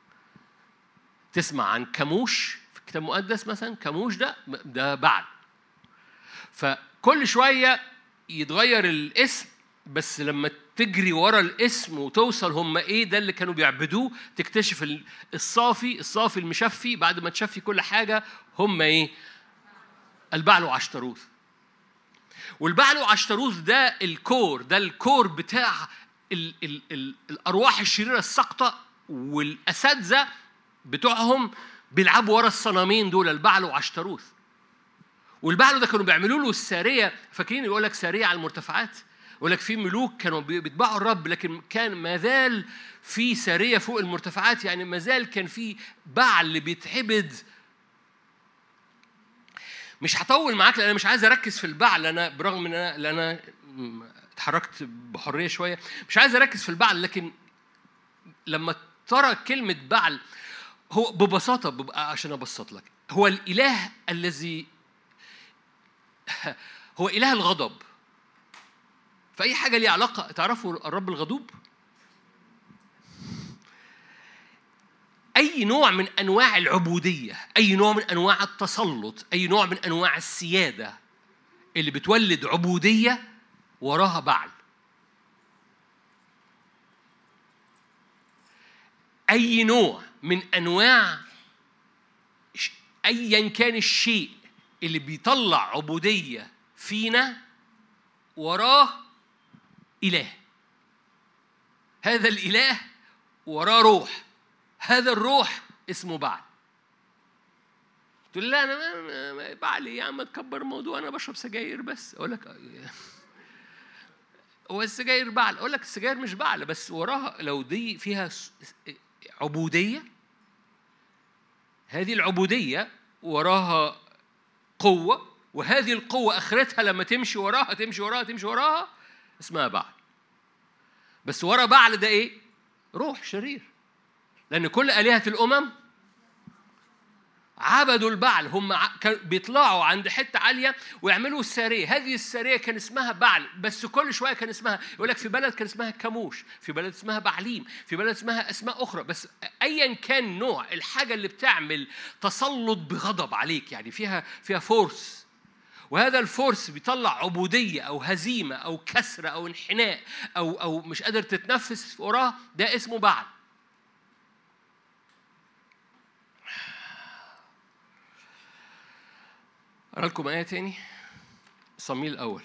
تسمع عن كموش في الكتاب المقدس مثلا، كموش ده ده بعل. فكل شوية يتغير الاسم، بس لما تجري ورا الاسم وتوصل هم ايه ده اللي كانوا بيعبدوه، تكتشف الصافي الصافي المشفي بعد ما تشفي كل حاجة هم ايه؟ البعل وعشتروث. والبعل وعشتروث ده الكور، ده الكور بتاع ال ال ال الأرواح الشريرة السقطة، والأساتذة بتوعهم بيلعبوا ورا الصنامين دول، البعل وعشتروث. والبعل ده كانوا بيعملوا له السارية. فاكرين يقول لك سارية على المرتفعات؟ يقول لك في ملوك كانوا بيتبعوا الرب، لكن كان مازال في سارية فوق المرتفعات، يعني مازال كان في بعل اللي بيتعبد. مش هطول معاك لأن أنا مش عايز أركز في البعل، أنا برغم إن أنا لأن أنا اتحركت بحرية شوية مش عايز أركز في البعل، لكن لما ترى كلمة بعل هو ببساطة ببقى عشان أبسط لك، هو الإله الذي هو إله الغضب. فأي حاجة ليها علاقة، تعرفوا الرب الغضوب؟ أي نوع من أنواع العبودية، أي نوع من أنواع التسلط، أي نوع من أنواع السيادة اللي بتولد عبودية وراها بعل. أي نوع من أنواع أيا كان الشيء اللي بيطلع عبودية فينا وراه إله. هذا الإله وراه روح، هذا الروح اسمه بعل. تقول لا أنا بعل يا عم تكبر الموضوع، أنا بشرب سجاير بس. أقول لك هو السجاير بعل، أقول لك السجاير مش بعل، بس وراها لو دي فيها عبودية، هذه العبودية وراها قوة، وهذه القوة آخرتها لما تمشي وراها تمشي وراها تمشي وراها اسمها بعل. بس ورا بعل ده إيه؟ روح شرير، لأن كل آلهة الأمم عبدوا البعل. هم بيطلعوا عند حتة عالية ويعملوا السارية. هذه السارية كان اسمها بعل، بس كل شوية كان اسمها، يقول لك في بلد كان اسمها كموش، في بلد اسمها بعليم، في بلد اسمها أسماء أخرى. بس أيا كان نوع الحاجة اللي بتعمل تسلط بغضب عليك، يعني فيها فيها فورس، وهذا الفورس بيطلع عبودية أو هزيمة أو كسرة أو انحناء أو أو مش قادر تتنفس وراه، ده اسمه بعل. أقرأ لكم آية تاني، صموئيل الأول.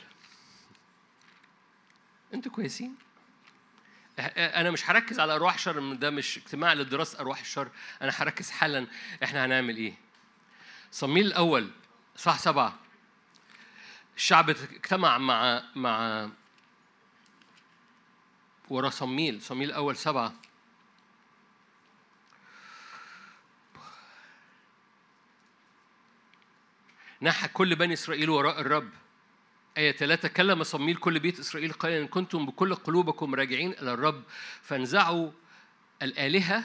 أنتوا كويسين؟ أنا مش هركز على أرواح الشر، ده مش اجتماع لدراسة أرواح الشر. أنا هركز حالا إحنا هنعمل إيه. صموئيل الأول صح سبعة. الشعب اجتمع مع مع ورا صموئيل. صموئيل الأول سبعة. نحى كل بني إسرائيل وراء الرب. آية ثلاثة. كلم صموئيل كل بيت إسرائيل قائلا إن كنتم بكل قلوبكم راجعين إلى الرب فانزعوا الآلهة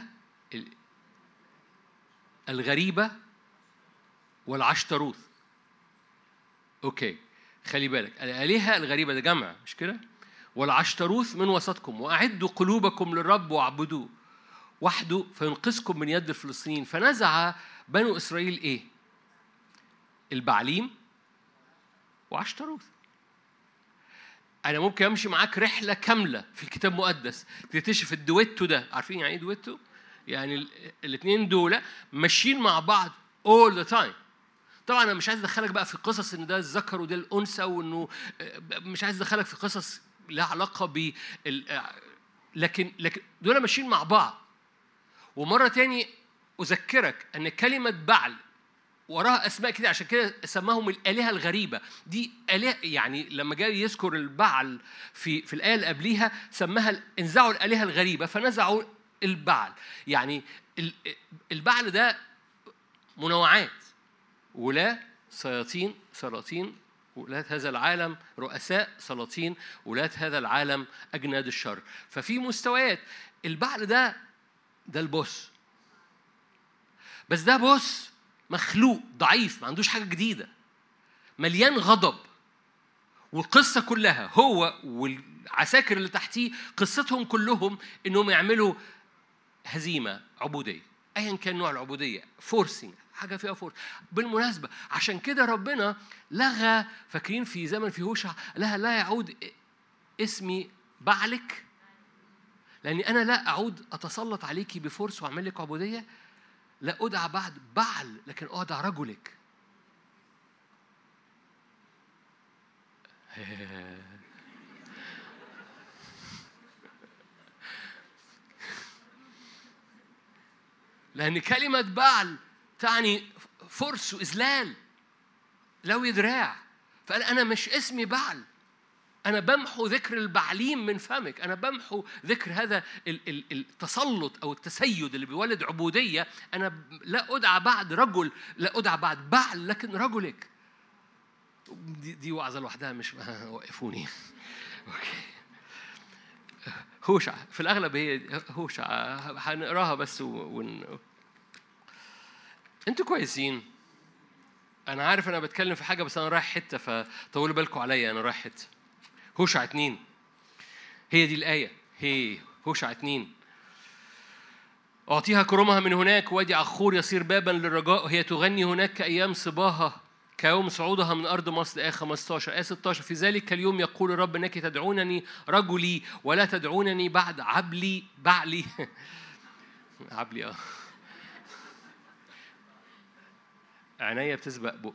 الغريبة والعشتروث. أوكي خلي بالك، الآلهة الغريبة ده جمع مش كده؟ والعشتروث من وسطكم، وأعدوا قلوبكم للرب واعبدوه وحده فينقذكم من يد الفلسطينيين. فنزع بنو إسرائيل إيه؟ البعليم وعشتروث. أنا ممكن أمشي معاك رحلة كاملة في الكتاب المقدس تكتشف الدويتو ده. عارفين يعني إيه دويتو؟ يعني الاثنين دول ماشيين مع بعض all the time. طبعا أنا مش عايز أدخلك بقى في قصص إن ده الذكر وده الأنثى، وإنه مش عايز أدخلك في قصص لها علاقة ب لكن لكن دول ماشيين مع بعض. ومرة تاني أذكرك أن كلمة بعل وراها أسماء كده، عشان كده سماهم الآلهة الغريبة. دي آلهة، يعني لما جاي يذكر البعل في في الآية اللي قبليها سماها انزعوا الآلهة الغريبة فنزعوا البعل. يعني البعل ده منوعات، ولا سلاطين سلاطين ولاة هذا العالم، رؤساء سلاطين ولاة هذا العالم، أجناد الشر. ففي مستويات. البعل ده ده البوس، بس ده بوس مخلوق ضعيف، ما عندوش حاجة جديدة، مليان غضب. والقصة كلها هو والعساكر اللي تحتيه قصتهم كلهم إنهم يعملوا هزيمة عبودية، أيا كان نوع العبودية، فورسينج، حاجة فيها فورس. بالمناسبة عشان كده ربنا لغى، فاكرين في زمن في هوشع، لها لا يعود اسمي بعلك، لأني أنا لا أعود أتسلط عليكي بفورس وأعمل لك عبودية. لا أدعى بعد بعل، لكن أدعى رجلك. لأن كلمة بعل تعني فرس وإذلال، لو يدراع. فقال أنا مش اسمي بعل، أنا بمحو ذكر البعليم من فمك. أنا بمحو ذكر هذا التسلط أو التسيد اللي بيولد عبودية. أنا لا أدعى بعد رجل، لا أدعى بعد بعل، لكن رجلك. دي, دي وعظة لوحدها، مش وقفوني. أوكي. هوشع في الأغلب هي هوشع، هنقراها بس ون... أنتوا كويسين. أنا عارف أنا بتكلم في حاجة، بس أنا رايح حتة، فطولوا بالكم عليا، أنا رايح حتة. هوشع اتنين، هي دي الآية. هي هوشع اتنين. أعطيها كرمها من هناك، وادي عخور يصير بابا للرجاء، هي تغني هناك كأيام صباها، كيوم صعودها من أرض مصر. آية خمستاشر. آية ستاشر. في ذلك اليوم يقول الرب إنك تدعونني رجلي ولا تدعونني بعد عبلي بعلي. عبلي اه عينيا بتسبق بقي.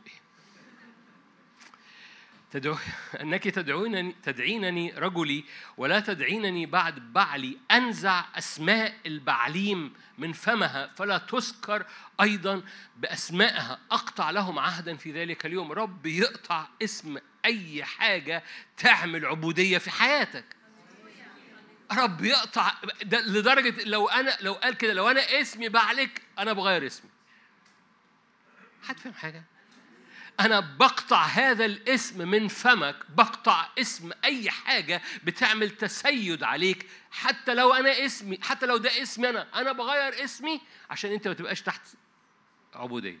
تدعو أنك تدعونني تدعينني رجلي ولا تدعينني بعد بعلي. أنزع أسماء البعليم من فمها فلا تذكر أيضا بأسمائها. أقطع لهم عهدا في ذلك اليوم. رب يقطع اسم أي حاجة تعمل عبودية في حياتك. رب يقطع لدرجة لو أنا لو قال كده، لو أنا اسمي بعلك أنا بغير اسمي. حد فهم حاجة؟ أنا بقطع هذا الاسم من فمك، بقطع اسم أي حاجة بتعمل تسيد عليك. حتى لو أنا اسمي، حتى لو ده اسمي أنا، أنا بغير اسمي عشان أنت ما تبقاش تحت عبودية.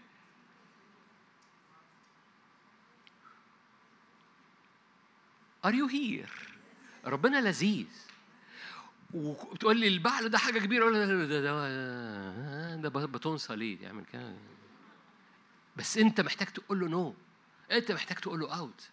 Are you here؟ ربنا لذيذ. وتقول لي البعل ده حاجة كبيرة، ولا ده ده ده, ده بتنصى ليه يعمل كده؟ بس أنت محتاج تقول له نو. أنت محتاج تقول له أوت.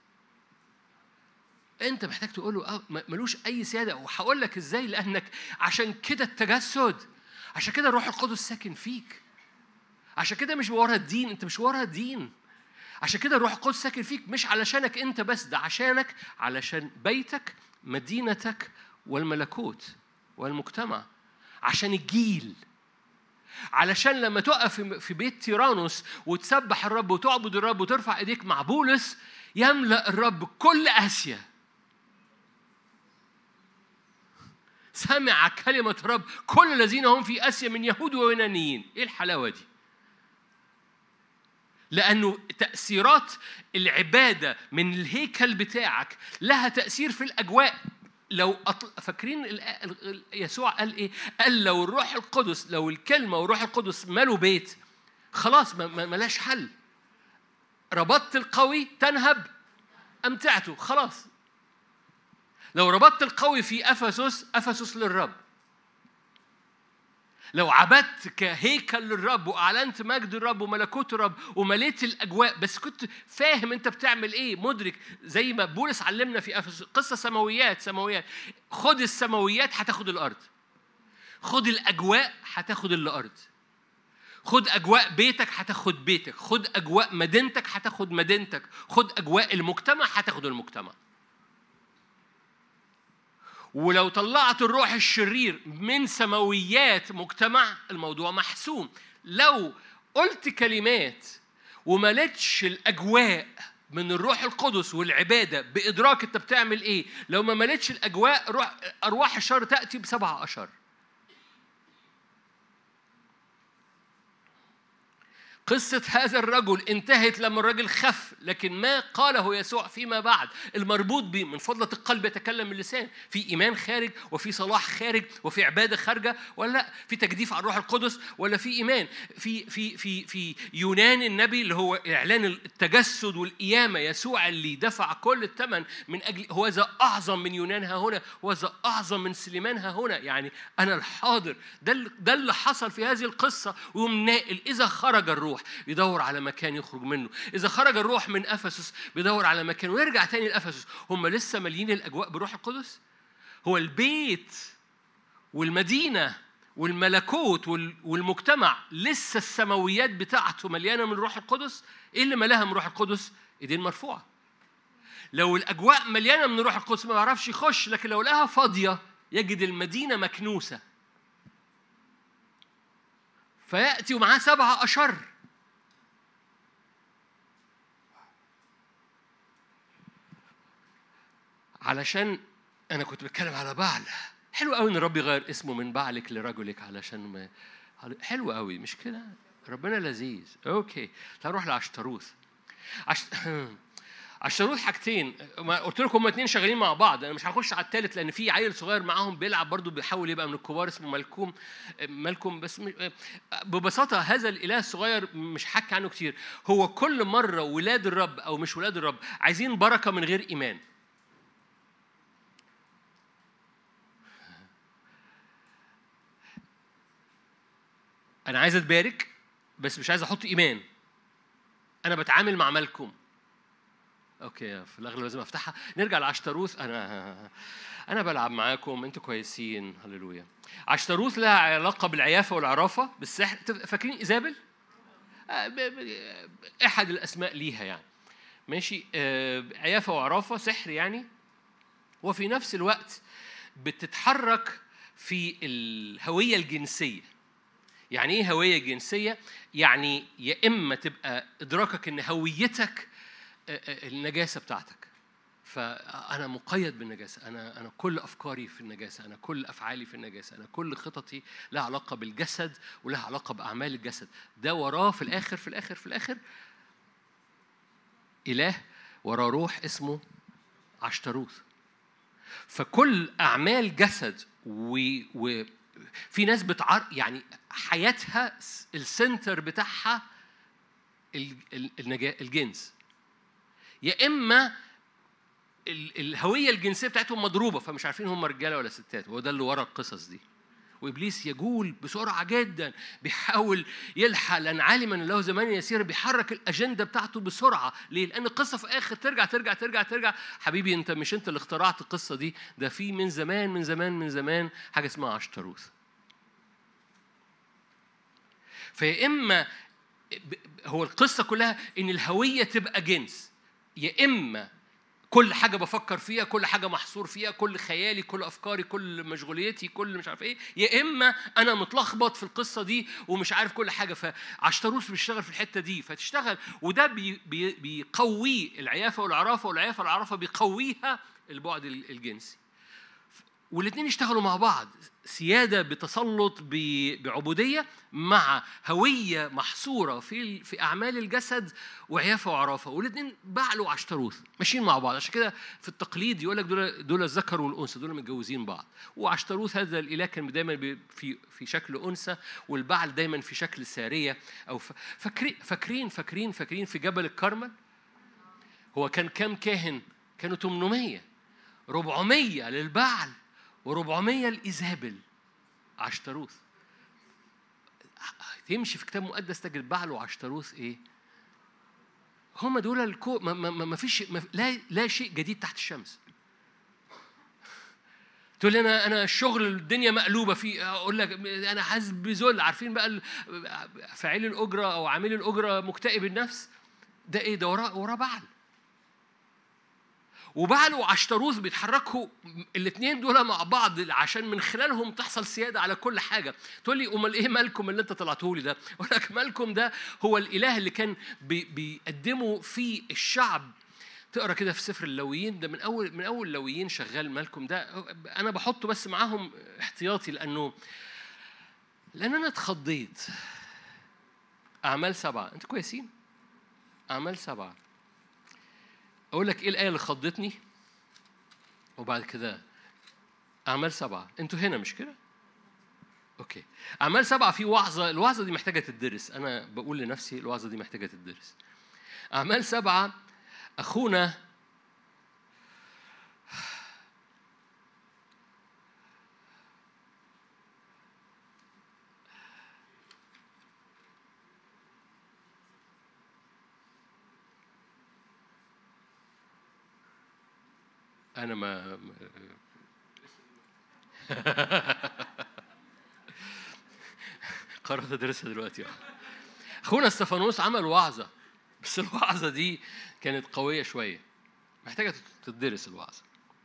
أنت محتاج تقول له أوت. ملوش أي سيادة. وهقول لك إزاي. لأنك عشان كده التجسد، عشان كده الروح القدس ساكن فيك، عشان كده مش ورا الدين. أنت مش ورا الدين. عشان كده الروح القدس ساكن فيك، مش علشانك أنت بس، ده عشانك، علشان بيتك، مدينتك، والملكوت والمجتمع، عشان الجيل. علشان لما تقف في بيت تيرانوس وتسبح الرب وتعبد الرب وترفع ايديك مع بولس، يملأ الرب كل آسيا. سمع كلمة الرب كل الذين هم في آسيا من يهود ويونانيين. ايه الحلاوة دي؟ لأنه تأثيرات العبادة من الهيكل بتاعك لها تأثير في الأجواء. لو أطل... فاكرين يسوع قال إيه؟ قال لو الروح القدس، لو الكلمة والروح القدس مالوا بيت، خلاص ما ملاش حل. ربطت القوي تنهب أمتعته. خلاص. لو ربطت القوي في أفسس، أفسس للرب. لو عبدت كهيكل للرب وأعلنت مجد الرب وملكوت الرب ومليت الأجواء، بس كنت فاهم أنت بتعمل إيه، مدرك، زي ما بولس علمنا في أفسس قصة سماويات. سماويات خد السماويات هتاخد الأرض، خد الأجواء هتاخد الأرض، خد أجواء بيتك هتاخد بيتك، خد أجواء مدينتك هتاخد مدينتك، خد أجواء المجتمع هتاخد المجتمع. ولو طلعت الروح الشرير من سماويات مجتمع، الموضوع محسوم. لو قلت كلمات وملتش الأجواء من الروح القدس والعبادة بإدراك أنت بتعمل إيه، لو ما ملتش الأجواء، روح أرواح الشر تأتي بسبع أشر. قصة هذا الرجل انتهت لما الرجل خف، لكن ما قاله يسوع فيما بعد المربوط به من فضلة القلب يتكلم اللسان. في إيمان خارج، وفي صلاح خارج، وفي عبادة خارجة، ولا لا؟ في تجديف على الروح القدس، ولا في إيمان؟ في في في في يونان النبي اللي هو إعلان التجسد والقيامة، يسوع اللي دفع كل الثمن من أجل، هو ذا أعظم من يونان ها هنا، هو ذا أعظم من سليمان ها هنا. يعني أنا الحاضر. ده ده اللي حصل في هذه القصة. ويوم نائل إذا خرج الروح بيدور على مكان يخرج منه. إذا خرج الروح من أفسس بيدور على مكان ويرجع تاني لأفسس. هم لسه مليين الأجواء بروح القدس. هو البيت والمدينة والملكوت والمجتمع لسه السماويات بتاعته مليانة من روح القدس. إيه اللي ملاها من روح القدس؟ إيدين مرفوعة. لو الأجواء مليانة من روح القدس ما يعرفش يخش، لكن لو لها فاضية يجد المدينة مكنوسة، فيأتي ومعاه سبعة أشر. علشان أنا كنت بتكلم على بعل. حلو قوي إن الرب يغير اسمه من بعلك لرجلك، علشان ما حلو قوي مش كده؟ ربنا لذيذ. أوكي، تعال نروح لعشتروث. عش... عشتروث حاجتين، ما قلت لكم هما اتنين شغالين مع بعض. انا مش هخش على الثالث لان في عيل صغير معاهم بيلعب برضو بيحاول يبقى من الكبار اسمه ملكوم. ملكوم بس ببساطه هذا الاله الصغير مش حكي عنه كتير. هو كل مره ولاد الرب او مش ولاد الرب عايزين بركه من غير ايمان. انا عايز اتبارك بس مش عايز احط ايمان. انا بتعامل مع ملكوم. اوكي، في الاغلب لازم افتحها. نرجع لعشتروث. انا انا بلعب معاكم، انتوا كويسين. هللويا. عشتروث لها علاقه بالعيافه والعرافه بالسحر. فاكرين ايزابل؟ احد الاسماء ليها يعني. ماشي. عيافه وعرافه، سحر يعني. وفي نفس الوقت بتتحرك في الهويه الجنسيه. يعني ايه هويه جنسيه؟ يعني يا اما تبقى ادراكك ان هويتك النجاسة بتاعتك، فأنا مقيد بالنجاسة. أنا أنا كل أفكاري في النجاسة، أنا كل أفعالي في النجاسة، أنا كل خططي لها علاقة بالجسد ولها علاقة بأعمال الجسد. ده وراه في الآخر في الآخر في الآخر إله، وراه روح اسمه عشتروث. فكل أعمال جسد وفي ناس بتعر يعني حياتها السنتر بتاعها الجنس، يا إما الهوية الجنسية بتاعتهم مضروبة فمش عارفين هم رجالة ولا ستات. وده اللي ورا القصص دي. وإبليس يجول بسرعة جدا بيحاول يلحق، لأن عالما له زمان يسير بيحرك الأجندة بتاعته بسرعة. ليه؟ لأن القصة في آخر ترجع ترجع ترجع ترجع. حبيبي أنت مش أنت اللي اخترعت القصة دي، ده في من زمان من زمان من زمان حاجة اسمها عشتروث. فيا إما هو القصة كلها إن الهوية تبقى جنس، يا إما كل حاجة بفكر فيها، كل حاجة محصور فيها، كل خيالي، كل أفكاري، كل مشغوليتي، كل مش عارف إيه، يا إما أنا متلخبط في القصة دي ومش عارف كل حاجة. فعشتروث بيشتغل في الحتة دي فتشتغل، وده بي بي بيقوي العيافة والعرافة، والعيافة والعرافة بيقويها البعد الجنسي. والاثنين يشتغلوا مع بعض، سيادة بتسلط بعبودية مع هوية محصورة في في أعمال الجسد وعيافة وعرافة. والاثنين بعل وعشتروث ماشيين مع بعض. عشان كده في التقليد يقول لك دول دول الذكر والأنثى، دول متجوزين بعض. وعشتروث هذا الإله كان دايما في في شكل أنثى، والبعل دايما في شكل سارية. أو فاكرين فاكرين فاكرين فاكرين في جبل الكرمل هو كان كام كاهن؟ كانوا ثمانمية، أربعمية للبعل وربعمية الإيزابل. عشتروث تمشي في كتاب مقدس تجد بعل وعشتروث إيه؟ هم دول الكو ما, ما, ما فيش ما لا لا شيء جديد تحت الشمس. تقول لي أنا أنا الشغل الدنيا مقلوبة فيه، أقول لك أنا حاسس بذل. عارفين بقى فاعل الأجرة أو عامل الأجرة مكتئب النفس، ده إيه؟ ده وراه وراه بعل. وبعل وعشتروث بيتحركوا الاثنين دول مع بعض عشان من خلالهم تحصل سيادة على كل حاجة. تقول لي أمال إيه مالكم اللي أنت طلعته لي ده؟ أقول لك مالكم ده هو الإله اللي كان بي بيقدمه في الشعب. تقرأ كده في سفر اللويين، ده من أول من أول اللويين شغال مالكم ده. أنا بحطه بس معاهم احتياطي لأنه لأن أنا اتخضيت. أعمال سبعة، أنتوا كويسين؟ أعمال سبعة. أقول لك إيه الآية اللي خضتني وبعد كده أعمال سبعة. أنتوا هنا مش كده؟ أوكي. أعمال سبعة في وعظة، الوعظة دي محتاجة تدرس. أنا بقول لنفسي الوعظة دي محتاجة تدرس. أعمال سبعة أخونا أنا ما قررت أدرسها دلوقتي. أخونا استفانوس عمل وعظة، بس الوعظة دي كانت قوية شوية، محتاجة تدرس الوعظة.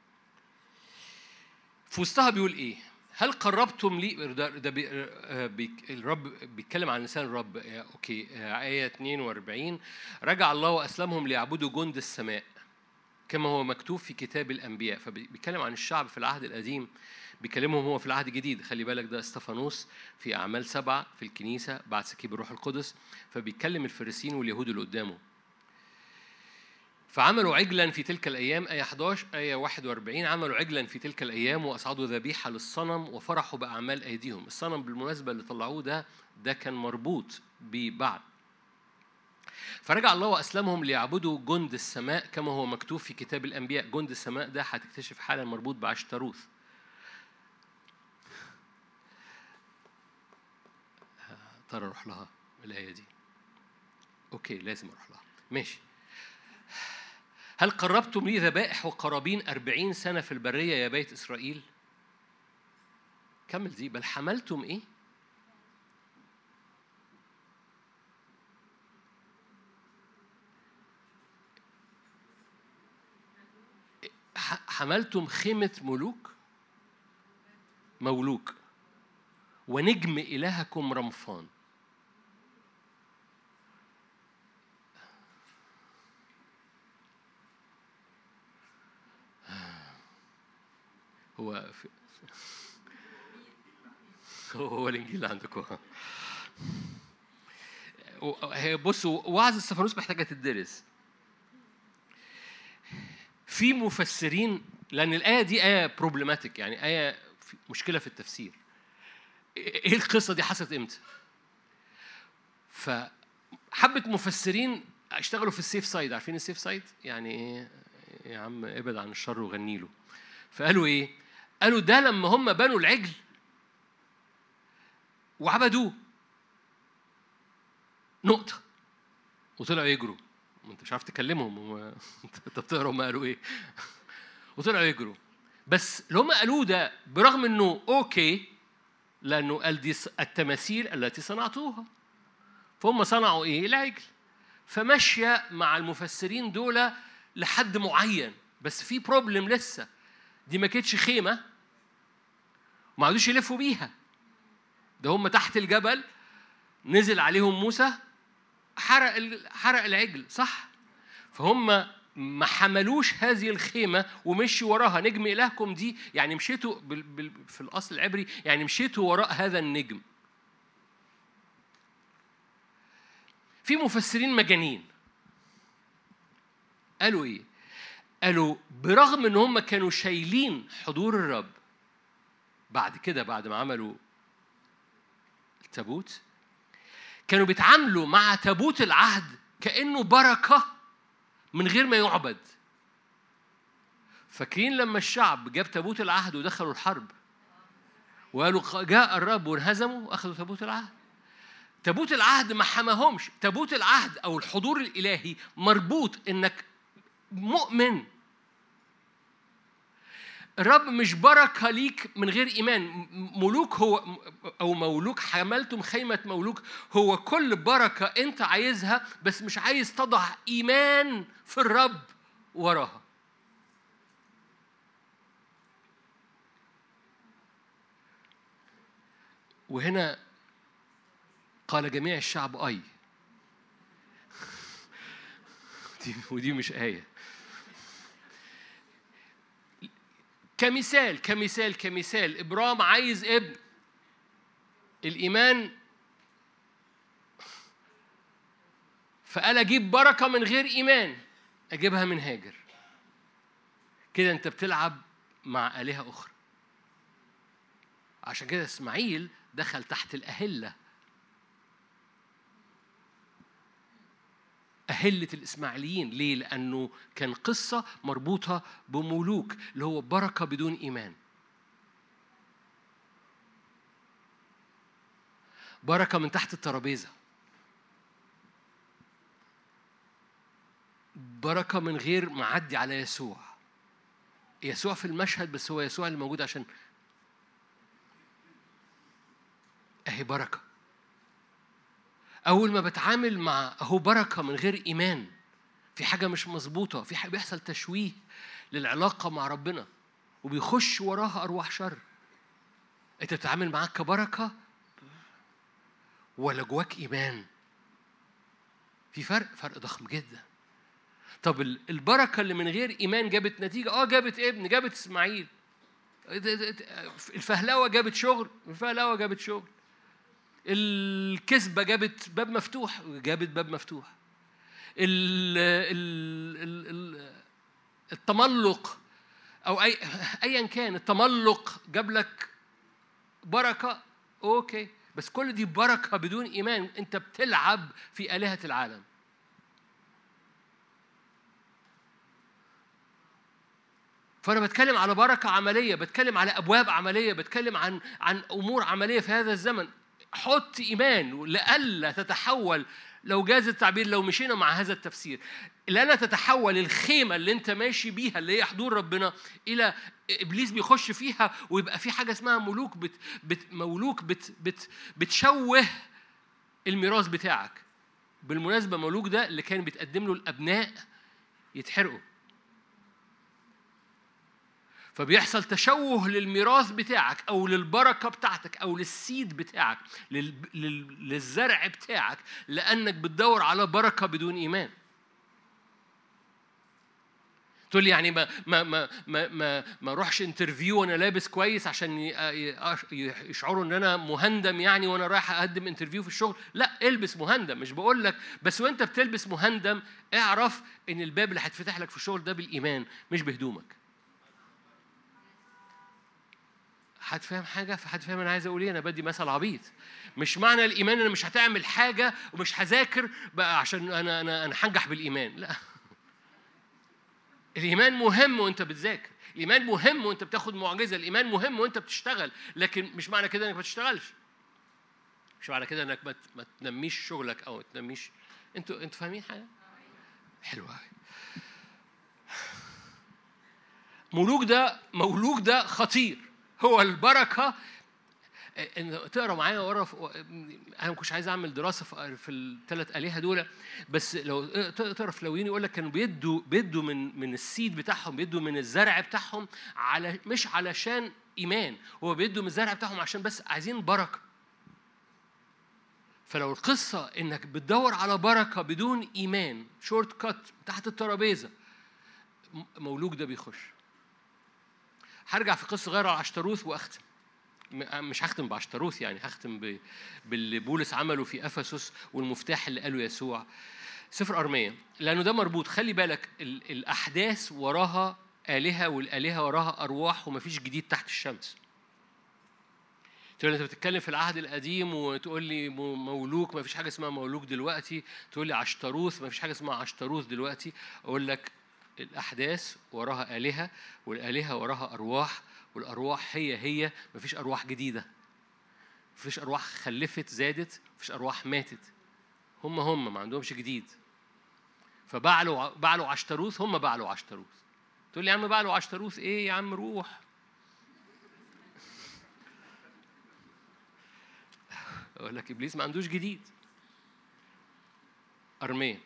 في وسطها بيقول إيه؟ هل قربتم لي؟ ده, ده بي بي الرب بيتكلم عن لسان الرب. أوكي. آية اثنين وأربعين، رجع الله وأسلمهم ليعبدوا جند السماء. كما هو مكتوب في كتاب الأنبياء. فبيتكلم عن الشعب في العهد القديم، بيكلمهم هو في العهد الجديد. خلي بالك ده استفانوس في أعمال سبعة في الكنيسة بعد سكيب الروح القدس، فبيتكلم الفريسيين واليهود اللي قدامه. فعملوا عجلا في تلك الأيام، آية إحدى عشر آية واحد وأربعين، عملوا عجلا في تلك الأيام وأصعدوا ذبيحة للصنم وفرحوا بأعمال أيديهم. الصنم بالمناسبة اللي طلعوه ده ده كان مربوط ببعض. فرجع الله وأسلمهم ليعبدوا جند السماء كما هو مكتوب في كتاب الأنبياء. جند السماء ده هتكتشف حالا مربوط بعشتروث. ترى أروح لها الآية دي. أوكي لازم أروح لها. ماشي. هل قربتم لي ذبائح وقرابين أربعين سنة في البرية يا بيت إسرائيل؟ كمل دي. بل حملتم إيه؟ حملتم خيمة ملوك مولوك ونجم إلهكم رمفان. هو في هو الإنجيل اللي عندكم. بصوا وعظ استفانوس محتاجة تدرس. في مفسرين، لأن الآية دي آية بروبلماتيك، يعني آية مشكلة في التفسير. إيه القصة دي حصلت إمتى؟ فحبة مفسرين اشتغلوا في السيف سايد. عارفين السيف سايد؟ يعني إيه يا عم ابعد عن الشر وغني له. فقالوا إيه؟ قالوا ده لما هم بنوا العجل وعبدوه نقطة وطلعوا يجروا. انت مش عارف تكلمهم، انت بتقرا ما قالوا ايه. وطلعوا يجروا. بس اللي هم قالوه ده برغم انه اوكي، لانه قال دي التماثيل التي صنعتوها، فهم صنعوا ايه؟ العجل. فماشيه مع المفسرين دول لحد معين. بس في بروبلم لسه. دي ما كانتش خيمه وما عادوش يلفوا بيها. ده هم تحت الجبل نزل عليهم موسى حرق حرق العجل، صح؟ فهم ما حملوش هذه الخيمة ومشوا وراها. نجم إلهكم دي يعني مشيتوا بال... بال... في الأصل العبري يعني مشيتوا وراء هذا النجم. في مفسرين مجانين قالوا إيه؟ قالوا برغم إن هم كانوا شايلين حضور الرب بعد كده، بعد ما عملوا التابوت، كانوا بيتعاملوا مع تابوت العهد كأنه بركة من غير ما يعبد. فاكرين لما الشعب جاب تابوت العهد ودخلوا الحرب وقالوا جاء الرب وانهزموا واخذوا تابوت العهد؟ تابوت العهد ما حماهمش. تابوت العهد او الحضور الالهي مربوط انك مؤمن. الرب مش بركه ليك من غير ايمان. ملوك هو او مولوك، حملتم خيمه مولوك، هو كل بركه انت عايزها بس مش عايز تضع ايمان في الرب وراها. وهنا قال جميع الشعب أي. ودي مش آية. كمثال كمثال كمثال إبرام عايز ابن. الإيمان فقال أجيب بركة من غير إيمان، أجيبها من هاجر. كده أنت بتلعب مع آلهة أخرى. عشان كده إسماعيل دخل تحت الأهلة، أهلة الإسماعيليين. ليه؟ لأنه كان قصة مربوطة بملوك اللي هو بركة بدون إيمان. بركة من تحت الترابيزة، بركة من غير معدي على يسوع. يسوع في المشهد بس هو يسوع اللي موجود عشان أهي بركة. أول ما بتعامل مع أهو بركة من غير إيمان، في حاجة مش مظبوطة، في حاجة بيحصل تشويه للعلاقة مع ربنا وبيخش وراها أرواح شر. أنت بتتعامل معاك كبركة ولا جواك إيمان؟ في فرق، فرق ضخم جدا. طب البركة اللي من غير إيمان جابت نتيجة؟ آه جابت ابن، جابت إسماعيل. الفهلوة جابت شغل، الفهلوة جابت شغل. الكذبة جابت باب مفتوح، جابت باب مفتوح. ال ال التملق أو أي أيا كان، التملق جاب لك بركة. أوكي، بس كل دي بركة بدون إيمان. أنت بتلعب في آلهة العالم. فأنا بتكلم على بركة عملية، بتكلم على أبواب عملية، بتكلم عن عن أمور عملية في هذا الزمن. حط إيمان لألا تتحول، لو جاز التعبير، لو مشينا مع هذا التفسير، لألا تتحول الخيمة اللي أنت ماشي بيها اللي هي حضور ربنا إلى إبليس بيخش فيها، ويبقى في حاجة اسمها ملوك بت بت مولوك بت بت بتشوه الميراث بتاعك. بالمناسبة مولوك ده اللي كان بيتقدم له الأبناء يتحرقوا، فبيحصل تشوه للميراث بتاعك أو للبركة بتاعتك أو للسيد بتاعك، لل... لل... للزرع بتاعك، لأنك بتدور على بركة بدون إيمان. تقول لي يعني ما ما ما ما ما, ما روحش انترفيو وانا لابس كويس عشان يشعروا ان انا مهندم يعني وانا رايح اقدم انترفيو في الشغل؟ لا، البس مهندم، مش بقول لك، بس وانت بتلبس مهندم اعرف ان الباب اللي هيتفتح لك في الشغل ده بالايمان مش بهدومك. حد فاهم حاجة؟ فحد فاهم أنا عايز أقول إيه؟ أنا بدي مثل عبيط. مش معنى الإيمان أنا مش هتعمل حاجة ومش هذاكر بقى عشان أنا أنا أنا هنجح بالإيمان. لا، الإيمان مهم وأنت بتذاكر، الإيمان مهم وأنت بتاخد معجزة، الإيمان مهم وأنت بتشتغل، لكن مش معنى كده إنك ما تشتغلش، مش معنى كده إنك ما تنميش شغلك أو تنميش. أنتوا أنتوا فاهمين حاجة؟ حلوة. مولوك ده مولوك ده خطير، هو البركة. إن تقرأ معايا ورا، أنا ما كنتش عايز أعمل دراسة في الثلاث آلهة دول، بس لو تقرأ في لويين يقول لك كانوا بيدوا بيدوا من من السيد بتاعهم، بيدوا من الزرع بتاعهم، على مش علشان إيمان، هو بيدوا من الزرع بتاعهم عشان بس عايزين بركة. فلو القصة إنك بتدور على بركة بدون إيمان، شورت كات تحت الترابيزة، مولوك ده بيخش. هرجع في قصة غير على عشتروث وأختم. مش هختم بعشتروث يعني، هختم باللي بولس عمله في أفسس والمفتاح اللي قاله يسوع. سفر أرمية، لأنه ده مربوط. خلي بالك الأحداث وراها آلهة والآلهة وراها أرواح، ومفيش جديد تحت الشمس. تقول لي أنت بتتكلم في العهد القديم وتقول لي مولوك، مفيش حاجة اسمها مولوك دلوقتي. تقول لي عشتروث، مفيش حاجة اسمها عشتروث دلوقتي. أقول لك الأحداث وراها آلهة، والآلهة وراها أرواح، والأرواح هي هي، مفيش أرواح جديدة، مفيش أرواح خلفت زادت، مفيش أرواح ماتت، هم هم ما عندهمش جديد. فبعلوا بعلوا عشتروث، هم بعلوا عشتروث. تقول لي يا عم بعلوا عشتروث إيه يا عم؟ روح. أقول لك إبليس ما عندوش جديد. أرمية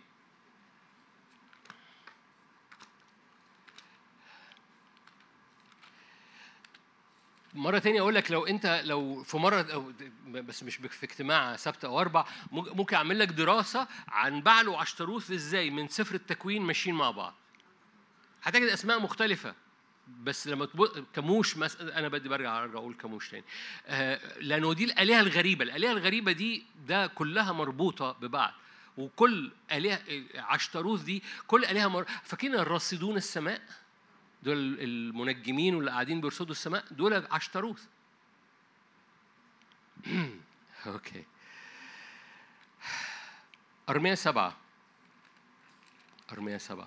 مرة تانية أقول لك، لو أنت لو في مرة أو بس مش في اجتماع سبت أو أربع، ممكن أعمل لك دراسة عن بعل وعشتروث إزاي من سفر التكوين ماشيين مع بعض. هتجد أسماء مختلفة، بس لما تبص كموش مثلا، أنا بدي برجع أرجع أقول كموش تاني، آه لأنه دي الآلهة الغريبة. الآلهة الغريبة دي ده كلها مربوطة ببعض، وكل آلهة عشتروث دي كل آلهة مر... فاكرين الراصدون السماء دول المنجمين واللي قاعدين بيرصدوا السماء، دول عشتروث. اوكي. أرمية سبعة، أرمية سبعة.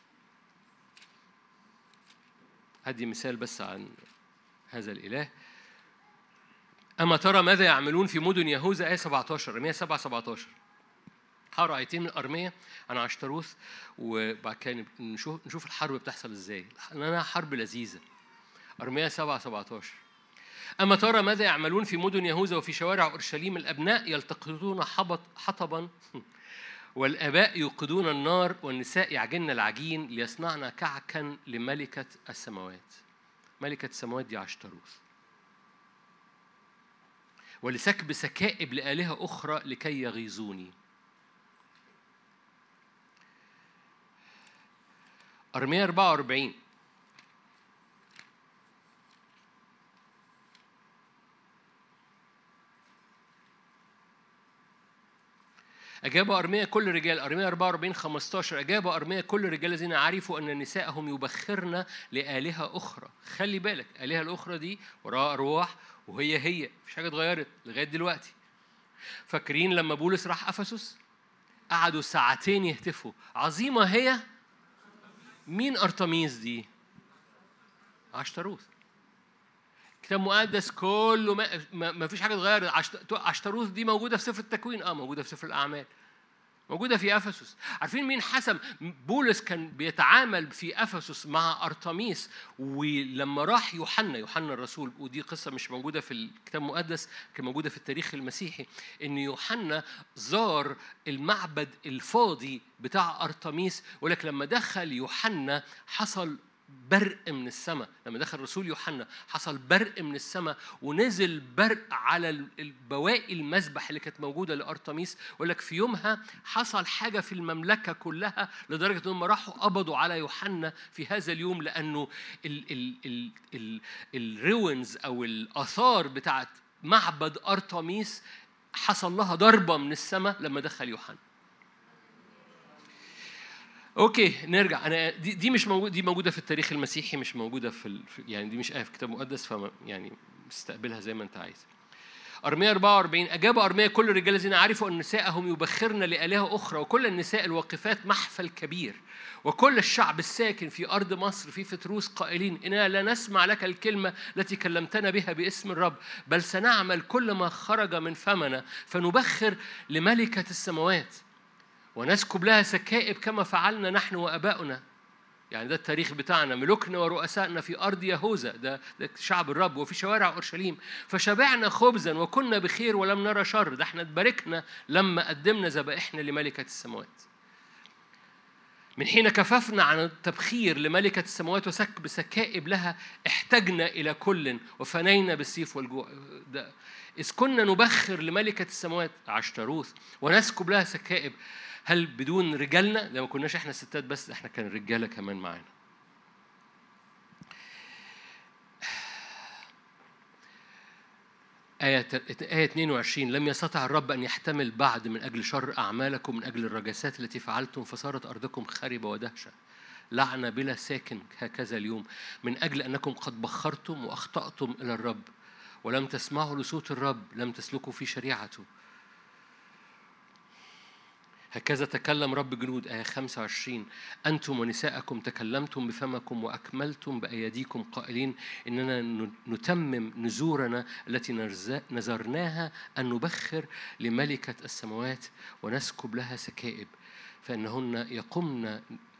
هدي مثال بس عن هذا الإله. أما ترى ماذا يعملون في مدن يهوذا، آية سبعة عشر، أرمية سبعة سبعة عشر. هقرا آيتين من أرمية عن عشتروث، وبعد كده نشوف نشوف الحرب بتحصل إزاي، لأنها حرب لذيذة. أرمية سبعة سبعة عشر. أما ترى ماذا يعملون في مدن يهوذا وفي شوارع أورشليم، الأبناء يلتقطون حبط حطبا، والآباء يوقدون النار، والنساء يعجن العجين ليصنعن كعكا لملكة السماوات. ملكة السماوات دي عشتروث. ولسكب سكائب لآلهة أخرى لكي يغيظوني. أرمية أربعة وأربعين. أجاب أرميا كل رجال، أرميا أربعة وأربعين خمستاشر، أجاب أرميا كل رجال الذين عرفوا أن نساءهم يبخرن لآلهة أخرى. خلي بالك، آلهة الأخرى دي وراء أرواح، وهي هي مفيش حاجة اتغيرت لغاية دلوقتي. فاكرين لما بولس راح أفسس قعدوا ساعتين يهتفوا عظيمة هي مين؟ أرتميس دي عشتروث. كتاب مقدس كله ما, ما فيش حاجة اتغيرت. عشتروث دي موجودة في سفر التكوين، اه موجودة في سفر الأعمال، موجودة في أفسس. عارفين مين حسم؟ بولس كان بيتعامل في أفسس مع أرتميس، ولما راح يوحنا يوحنا الرسول، ودي قصة مش موجودة في الكتاب المقدس، كان موجودة في التاريخ المسيحي، إن يوحنا زار المعبد الفاضي بتاع أرتميس، ولك لما دخل يوحنا حصل برق من السماء. لما دخل رسول يوحنا حصل برق من السماء، ونزل برق على البواقي المذبح اللي كانت موجودة لأرتميس. ولك في يومها حصل حاجة في المملكة كلها، لدرجة أنهم راحوا قبضوا على يوحنا في هذا اليوم، لأنه ال ال ال ال الروينز أو الآثار بتاعت معبد أرتميس حصل لها ضربة من السماء لما دخل يوحنا. اوكي نرجع. انا دي, دي مش موجوده، دي موجوده في التاريخ المسيحي، مش موجوده في ال... يعني دي مش آية في كتاب مقدس، ف يعني استقبلها زي ما انت عايز. أرمية أربعة وأربعين، أجاب أرمية كل الرجال الذين عرفوا أن نساءهم يبخرن لآلهة أخرى، وكل النساء الواقفات محفل كبير، وكل الشعب الساكن في أرض مصر في فتروس قائلين إننا لا نسمع لك الكلمة التي كلمتنا بها باسم الرب، بل سنعمل كل ما خرج من فمنا فنبخر لملكة السماوات ونسكب لها سكائب كما فعلنا نحن وأباؤنا. يعني ده التاريخ بتاعنا، ملوكنا ورؤسائنا في أرض يهوذا، ده, ده شعب الرب، وفي شوارع أورشليم فشبعنا خبزا وكنا بخير ولم نرى شر. ده احنا اتباركنا لما قدمنا ذبائحنا لملكة السماوات. من حين كففنا عن التبخير لملكة السماوات وسكب سكائب لها احتجنا إلى كل وفنينا بالسيف والجوع. ده إذ كنا نبخر لملكة السماوات عشتروث ونسكب لها سكائب، هل بدون رجالنا؟ ده ما كناش احنا الستات بس، احنا كان الرجاله كمان معانا. آية آية اثنين وعشرين، لم يستطع الرب أن يحتمل بعد من أجل شر أعمالكم، من أجل الرجسات التي فعلتم، فصارت أرضكم خربة ودهشة، لعنة بلا ساكن هكذا اليوم، من أجل أنكم قد بخرتم وأخطأتم إلى الرب ولم تسمعوا لصوت الرب، لم تسلكوا في شريعته. هكذا تكلم رب جنود. آية خمسة وعشرين، أنتم ونساءكم تكلمتم بفمكم وأكملتم بأيديكم قائلين إننا نتمم نذورنا التي نذرناها أن نبخر لملكة السماوات ونسكب لها سكائب، فإنهن يقمن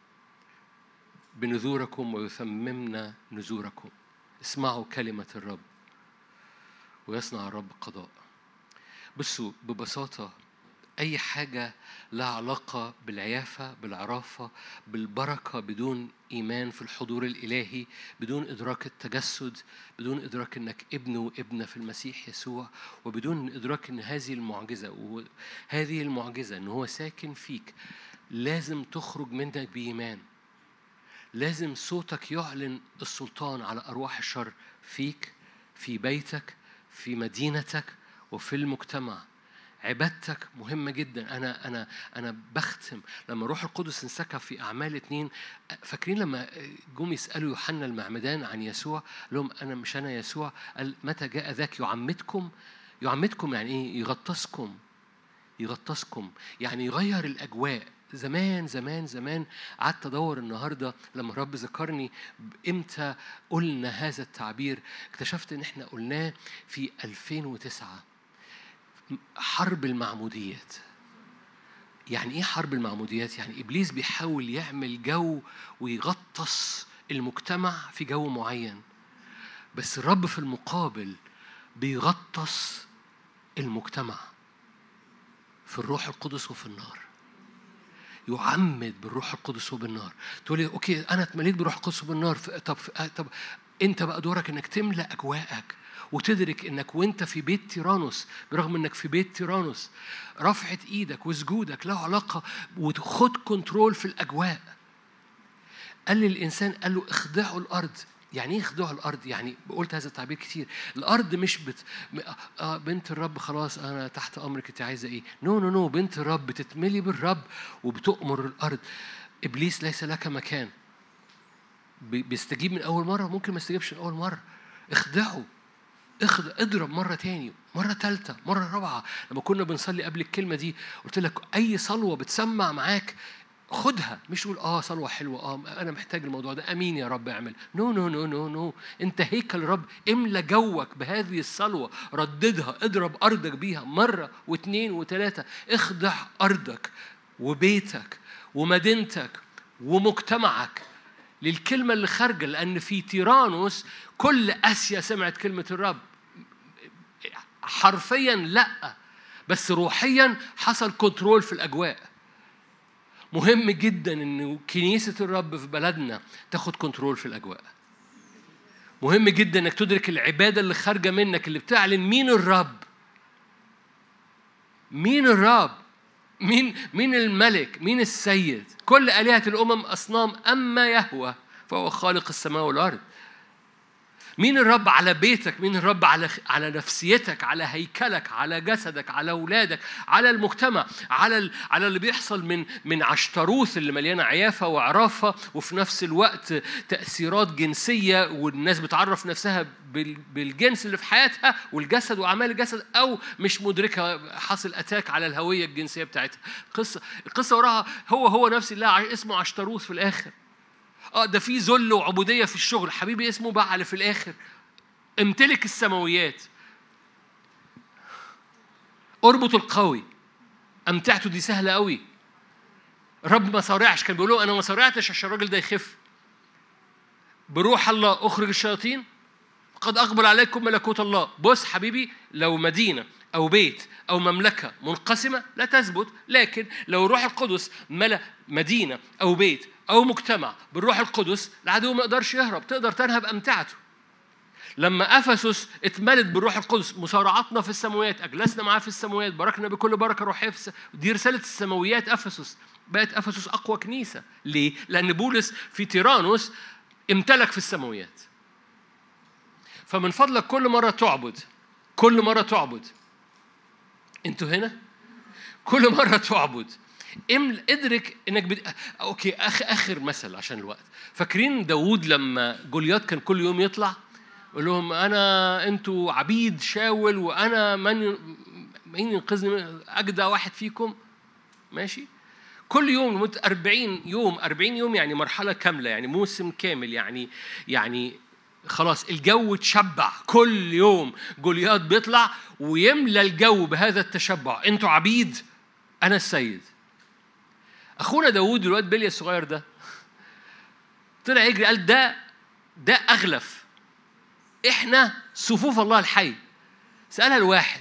بنذوركم ويثممن نذوركم. اسمعوا كلمة الرب ويصنع الرب قضاء. بصوا ببساطة، أي حاجة لها علاقة بالعيافة، بالعرافة، بالبركة، بدون إيمان في الحضور الإلهي، بدون إدراك التجسد، بدون إدراك أنك ابن وابنة في المسيح يسوع، وبدون إدراك أن هذه المعجزة وهذه المعجزة أنه هو ساكن فيك، لازم تخرج منك بإيمان. لازم صوتك يعلن السلطان على أرواح الشر فيك، في بيتك، في مدينتك، وفي المجتمع. عبادتك مهمة جدا. أنا أنا أنا بختم لما روح القدس انسكب في أعمال اتنين. فاكرين لما جم يسألوا يوحنا المعمدان عن يسوع، لهم أنا مش أنا يسوع؟ قال متى جاء ذاك يعمدكم؟ يعمدكم يعني إيه؟ يغطسكم. يغطسكم يعني يغير الأجواء. زمان زمان زمان قعدت أدور النهاردة لما رب ذكرني إمتى قلنا هذا التعبير، اكتشفت إن إحنا قلناه في ألفين وتسعة، حرب المعموديات. يعني إيه حرب المعموديات؟ يعني إبليس بيحاول يعمل جو ويغطس المجتمع في جو معين، بس الرب في المقابل بيغطس المجتمع في الروح القدس وفي النار. يعمد بالروح القدس وبالنار. تقولي أوكي أنا اتمليت بالروح القدس وبالنار، طب طب أنت بقى دورك إنك تملأ أجواءك وتدرك إنك وإنت في بيت تيرانوس، برغم إنك في بيت تيرانوس، رفعت إيدك وسجودك له علاقة، وتاخد كنترول في الأجواء. قال للإنسان، قال له اخضعوا الأرض. يعني ايه اخضعوا الأرض؟ يعني قلت هذا التعبير كتير. الأرض مش بت... آه بنت الرب خلاص أنا تحت أمرك، أنت عايزة إيه؟ نو نو نو بنت الرب بتتملي بالرب وبتؤمر الأرض. إبليس ليس لك مكان. بيستجيب من أول مرة، ممكن ما يستجيبش من أول مرة. اخضعوا، اخضع، اضرب مرة تاني، مرة تالتة، مرة رابعة. لما كنا بنصلي قبل الكلمة دي قلت لك أي صلوة بتسمع معاك خدها، مش تقول اه صلوة حلوة، اه أنا محتاج الموضوع ده، أمين يا رب اعمل. نو نو نو نو نو أنت هيكل رب، املى جوك بهذه الصلوة، رددها، اضرب أرضك بيها مرة واثنين وثلاثة. اخضع أرضك وبيتك ومدينتك ومجتمعك للكلمة اللي خارجة، لأن في تيرانوس كل آسيا سمعت كلمة الرب. حرفيا لا، بس روحيا حصل كنترول في الأجواء. مهم جدا إن كنيسة الرب في بلدنا تاخد كنترول في الأجواء. مهم جدا إنك تدرك العبادة اللي خارجة منك اللي بتعلن مين الرب، مين الرب، مين مين الملك، مين السيد. كل آلهة الأمم أصنام، أما يهوه فهو خالق السماء والأرض. مين الرب على بيتك، مين الرب على على نفسيتك، على هيكلك، على جسدك، على أولادك، على المجتمع، على ال... على اللي بيحصل من من عشتروث اللي مليانة عيافة وعرافة، وفي نفس الوقت تأثيرات جنسية، والناس بتعرف نفسها بال... بالجنس اللي في حياتها والجسد وأعمال الجسد، أو مش مدركة حاصل أتاك على الهوية الجنسية بتاعتها. قصة القصة وراها هو هو نفس الله، اسمه عشتروث في الآخر. اه ده في ذل وعبودية في الشغل، حبيبي اسمه بعل في الآخر. امتلك السماويات، اربط القوي. امتعته دي سهلة قوي. الرب ما صارعش، كان بيقولوا انا ما صارعتش عشان الراجل ده يخف. بروح الله اخرج الشياطين، قد اقبل عليكم ملكوت الله. بص حبيبي، لو مدينة او بيت او مملكة منقسمة لا تثبت، لكن لو الروح القدس ملا مدينة او بيت أو مجتمع بالروح القدس، العدو ما يقدرش يهرب، تقدر تنهب أمتعته. لما أفسس اتملت بالروح القدس، مصارعتنا في السماويات، أجلسنا معاه في السماويات، باركنا بكل بركة روحية في الس... دي رسالة السماويات. أفسس بقت أفسس أقوى كنيسة. ليه؟ لأن بولس في تيرانوس امتلك في السماويات. فمن فضلك كل مرة تعبد، كل مرة تعبد، أنتوا هنا كل مرة تعبد امل ادرك انك بد... اوكي أخ... اخر مثل عشان الوقت. فاكرين داوود لما جوليات كان كل يوم يطلع يقول لهم انا انتوا عبيد شاول وانا من مين ينقذني، اجدع واحد فيكم، ماشي. كل يوم لمده أربعين يوم، أربعين يوم يعني مرحله كامله، يعني موسم كامل، يعني يعني خلاص الجو اتشبع. كل يوم جوليات بيطلع ويملى الجو بهذا التشبع. انتوا عبيد، انا السيد. أخونا داود الواد بيليا الصغير ده طلع يجري، قال ده ده أغلف، إحنا صفوف الله الحي. سألها الواحد،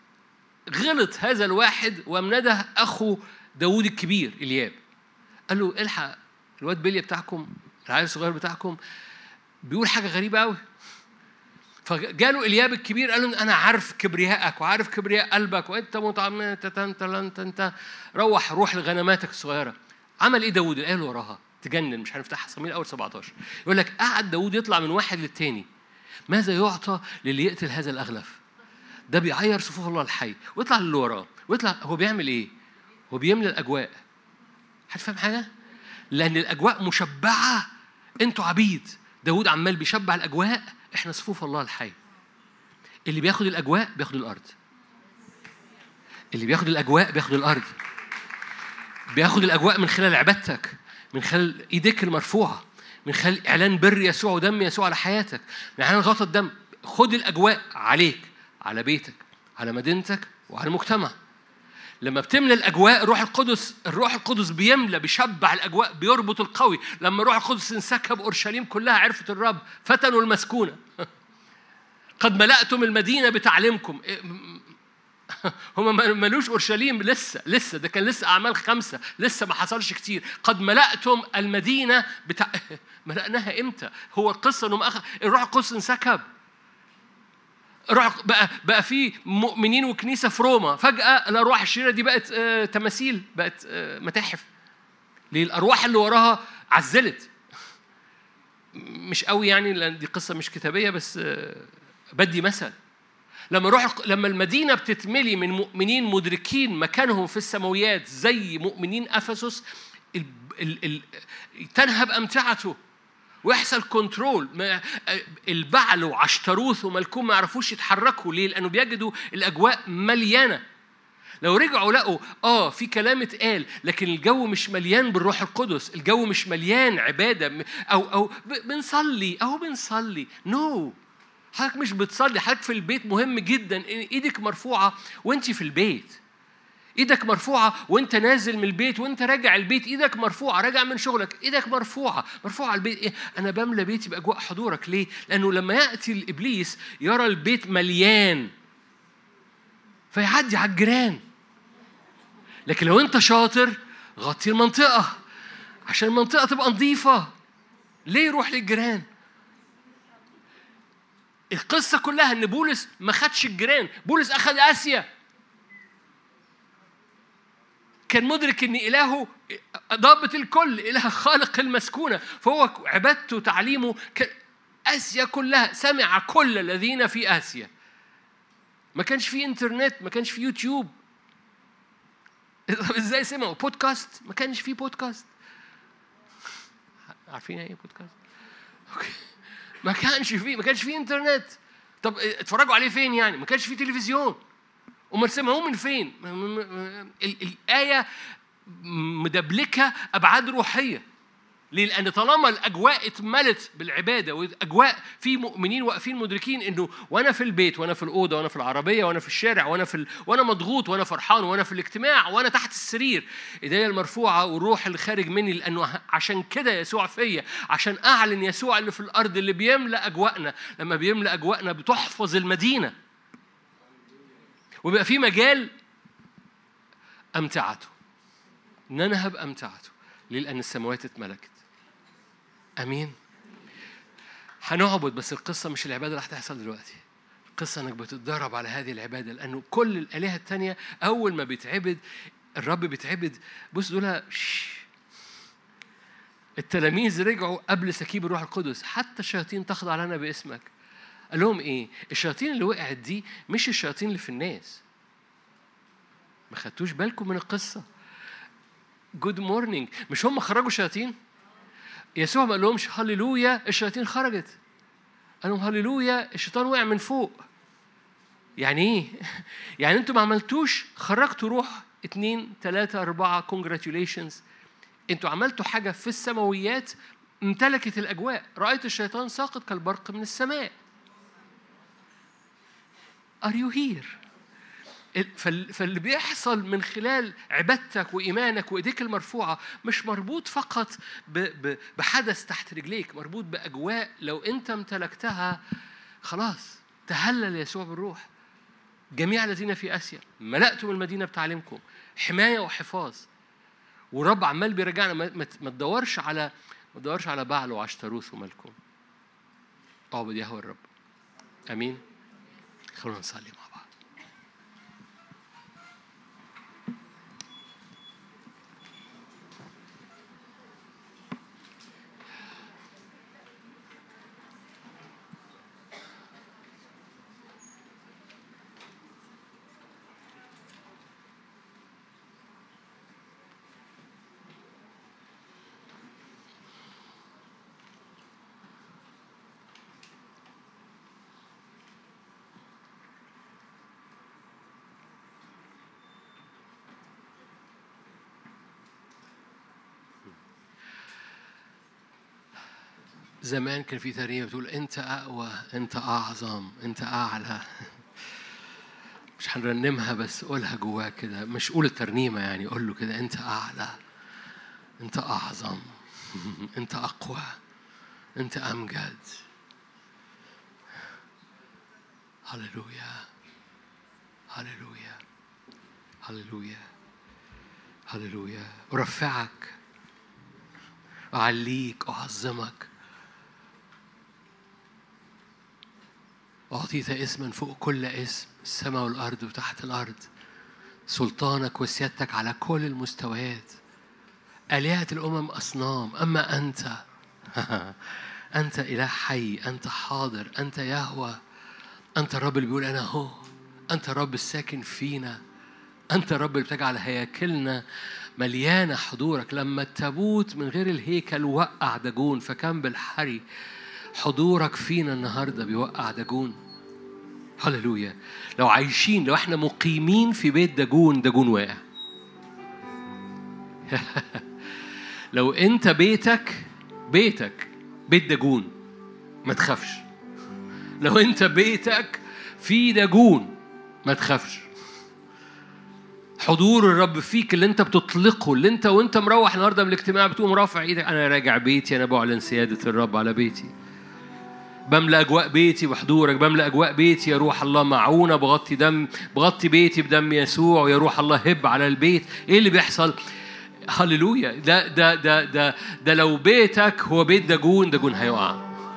غلط هذا الواحد ومنده أخو داود الكبير إلياب، قال له الحق الواد بيليا بتاعكم، العيل الصغير بتاعكم بيقول حاجة غريبة أوي. فجاله إلياب الكبير قال له أنا عارف كبريائك وعارف كبرياء قلبك، وأنت متعمد أنت أنت أنت أنت روح روح لغنماتك الصغيرة. عمل إيه داود؟ الآية اللي وراها تجنن، مش هنفتحها، صموئيل أول سبعتاشر يقول لك قعد داود يطلع من واحد للتاني. ماذا يعطى للي يقتل هذا الأغلف؟ ده بيعير صفوف الله الحي ويطلع للي وراه ويطلع. هو بيعمل إيه؟ هو بيملى الأجواء. هتفهم حاجة؟ لأن الأجواء مشبعة. أنتوا عبيد، داود عمال بيشبع الأجواء، إحنا صفوف الله الحي. اللي بياخد الأجواء بياخد الأرض. اللي بياخد الأجواء بياخد الأرض. بياخد الأجواء من خلال عبادتك، من خلال إيديك المرفوعة، من خلال إعلان بر يسوع ودم يسوع على حياتك، من إعلان غطى الدم. خد الأجواء عليك، على بيتك، على مدينتك، وعلى المجتمع. لما بتملى الأجواء الروح القدس، الروح القدس بيملى، بيشبع الأجواء، بيربط القوي. لما الروح القدس انسكب أورشليم كلها عرفت الرب، فتنوا المسكونة. قد ملأتم المدينة بتعليمكم. هم ما ملوش أورشليم لسه، لسه ده كان لسه أعمال خمسة، لسه ما حصلش كتير. قد ملأتم المدينة بتاع ملأناها إمتى؟ هو القصة إنه أخ... الروح القدس انسكب. روح بقى بقى في مؤمنين وكنيسة في روما، فجأة الأرواح الشريرة دي بقت تماثيل، بقت متاحف. ليه؟ الأرواح اللي وراها عزلت. مش قوي يعني لأن دي قصة مش كتابية، بس بدي مثل. لما روح لما المدينة بتتملي من مؤمنين مدركين مكانهم في السماويات زي مؤمنين أفسس، ال... ال... ال... تنهب أمتعته ويحصل كنترول. البعل وعشتروث وملكوم ما يعرفوش يتحركوا. ليه؟ لأنه بيجدوا الأجواء مليانة. لو رجعوا لقوا آه في كلام اتقال، لكن الجو مش مليان بالروح القدس، الجو مش مليان عبادة أو أو بنصلي أو بنصلي نو no. حضرتك مش بتصلي، حضرتك في البيت مهم جدا. إيدك مرفوعة وأنت في البيت، إيدك مرفوعة وأنت نازل من البيت، وأنت راجع البيت إيدك مرفوعة، راجع من شغلك إيدك مرفوعة مرفوعة البيت. إيه؟ أنا بملى بيتي بأجواء حضورك. ليه؟ لأنه لما يأتي الإبليس يرى البيت مليان فيعدي على الجيران. لكن لو أنت شاطر غطي المنطقة عشان المنطقة تبقى نظيفة. ليه يروح للجيران؟ القصة كلها إن بولس ما خدش الجيران، بولس أخذ آسيا. كان مدرك إن إلهه ضابط الكل، إله خالق المسكونة، فهو عبادته وتعليمه آسيا كلها. سمع كل الذين في آسيا. ما كانش في إنترنت، ما كانش في يوتيوب. إزاي سمعوا؟ بودكاست. ما كانش في بودكاست. عارفين إيه بودكاست؟ أوكي. ما كانش في ما كانش في إنترنت. طب اتفرجوا عليه فين يعني؟ ما كانش في تلفزيون. وما سمعوه من فين؟ الآية مدبلكة أبعاد روحية. ليه؟ لأن طالما الأجواء اتملت بالعبادة وأجواء في مؤمنين واقفين مدركين إنه وأنا في البيت وأنا في الأوضة وأنا في العربية وأنا في الشارع وأنا في ال... وأنا مضغوط وأنا فرحان وأنا في الاجتماع وأنا تحت السرير، إيديا المرفوعة والروح اللي خارج مني، لأنه عشان كده يسوع فيا، عشان أعلن يسوع اللي في الأرض اللي بيملأ أجواءنا. لما بيملأ أجواءنا بتحفظ المدينة وبيبقى في مجال أمتعته، ننهب أمتعته. ليه؟ لأن السماوات اتملكت. أمين. هنعبد، بس القصة مش العبادة اللي هتحصل دلوقتي. القصة إنك بتتدرب على هذه العبادة، لأنه كل الآلهة التانية أول ما بيتعبد الرب بيتعبد. بص دول التلاميذ رجعوا قبل سكيب الروح القدس. حتى الشياطين تخضع لنا باسمك. قال لهم إيه؟ الشياطين اللي وقعت دي مش الشياطين اللي في الناس. ما خدتوش بالكم من القصة؟ جود مورنينج. مش هم خرجوا شياطين؟ يسوع ما قال لهمش هللويا الشياطين خرجت، قال لهم هللويا الشيطان وقع من فوق. يعني ايه؟ يعني انتوا ما عملتوش خرجتوا روح اتنين تلاتة أربعة كونجراتيوليشنز. انتوا عملتوا حاجة في السماويات امتلكت الأجواء. رأيت الشيطان ساقط كالبرق من السماء. Are you here؟ فاللي بيحصل من خلال عبادتك وإيمانك وإيديك المرفوعة مش مربوط فقط بحدث تحت رجليك، مربوط بأجواء لو أنت امتلكتها خلاص تهلل يسوع بالروح. جميع الذين في آسيا ملأتم المدينة بتعليمكم، حماية وحفاظ. ورب عمال بيرجعنا. ما تدورش على ما تدورش على بعل وعشتروث وملكم. اعبد يهوه الرب. أمين. خلونا نصلي مع بعض. زمان كان في ترنيمة بتقول أنت أقوى، أنت أعظم، أنت أعلى. مش هنرنمها بس قولها جواك كده. مش قول الترنيمة يعني، قول له كده أنت أعلى، أنت أعظم، أنت أقوى، أنت أمجد. هللويا هللويا هللويا هللويا. أرفعك، أعليك، أعظمك. أعطيت اسما فوق كل اسم، السماء والأرض وتحت الأرض. سلطانك وسيادتك على كل المستويات. آلهة الأمم أصنام، أما أنت أنت إله حي، أنت حاضر، أنت يهوه، أنت الرب اللي بيقول أنا هو، أنت الرب الساكن فينا، أنت الرب اللي بتجعل هياكلنا مليانة حضورك. لما التابوت من غير الهيكل وقع داجون فكان بالحري، حضورك فينا النهاردة بيوقع داجون. هللويا. لو عايشين، لو احنا مقيمين في بيت داجون، داجون واقع. لو انت بيتك بيتك بيت داجون ما تخافش. لو انت بيتك في داجون ما تخافش. حضور الرب فيك اللي انت بتطلقه، اللي انت وانت مروح النهارده من الاجتماع بتقوم رافع ايدك، انا راجع بيتي، انا بعلن سيادة الرب على بيتي، بملأ أجواء بيتي بحضورك، بملأ أجواء بيتي يا روح الله معونة، بغطي دم بغطي بيتي بدم يسوع، ويا روح الله هب على البيت. إيه اللي بيحصل؟ هللويا. ده ده ده ده ده لو بيتك هو بيت داجون، داجون هيقع.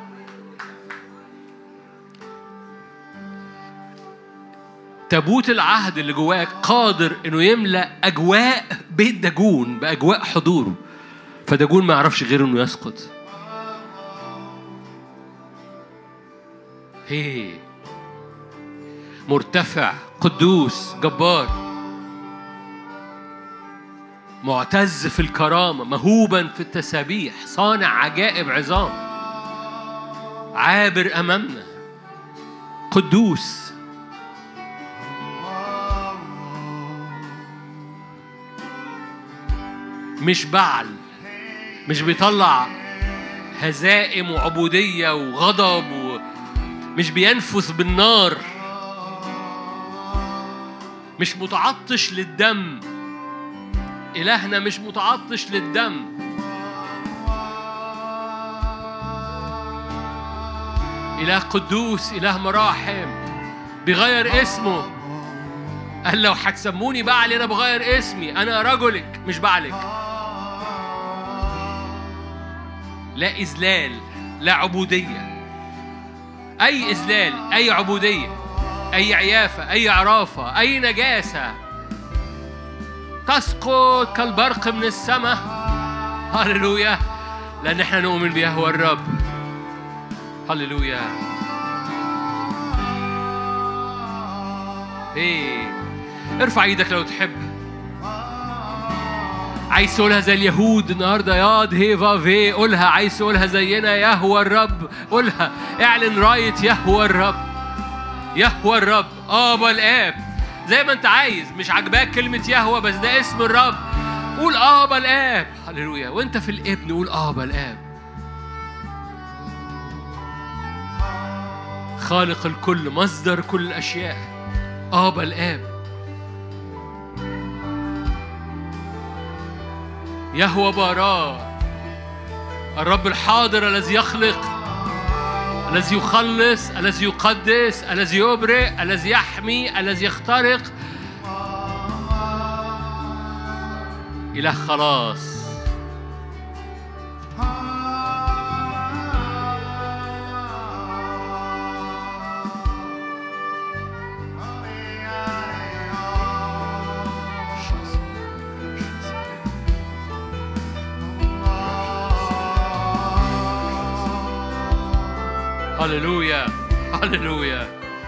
تابوت العهد اللي جواك قادر إنه يملأ أجواء بيت داجون بأجواء حضوره، فداجون ما يعرفش غير إنه يسقط. هي مرتفع، قدوس، جبار، معتز في الكرامة، مهوبا في التسابيح، صانع عجائب عظام، عابر أمامنا، قدوس. مش بعل، مش بيطلع هزائم وعبودية وغضب و... مش بينفث بالنار، مش متعطش للدم. إلهنا مش متعطش للدم. إله قدوس، إله مراحم، بيغير اسمه. قال لو هتسموني بعلي أنا بغير اسمي، أنا رجلك مش بعلك. لا إذلال، لا عبودية. أي إذلال، أي عبودية، أي عيافة، أي عرافة، أي نجاسة تسقط كالبرق من السماء. هللويا. لأن احنا نؤمن بيهوه الرب. هللويا. ايه، ارفع ايدك لو تحب. عايز تقولها زي اليهود النهارده، ياد هيفا في، قولها. عايز تقولها زينا، يهوه الرب، قولها. اعلن راية يهوه الرب، يهوه الرب، ابا الاب. زي ما انت عايز. مش عجباك كلمة يهوه بس ده اسم الرب، قول ابا الاب. هللويا. وانت في الابن قول ابا الاب. خالق الكل، مصدر كل الاشياء، ابا الاب. يهوه باراه، الرب الحاضر الذي يخلق، الذي يخلص، الذي يقدس، الذي يبرئ، الذي يحمي، الذي يخترق. إله خلاص. هللويا، هللويا.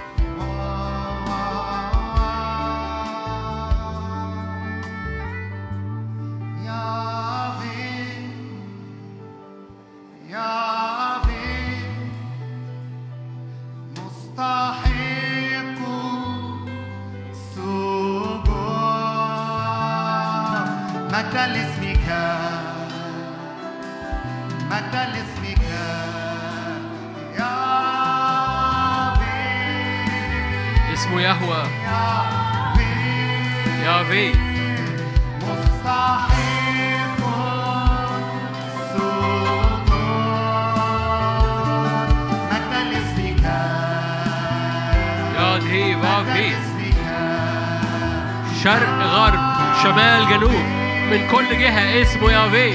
يهوه يافي مستحق السجود، مجدا لاسمك يا دهي وافي. شرق غرب شمال جنوب من كل جهة اسمه يافي،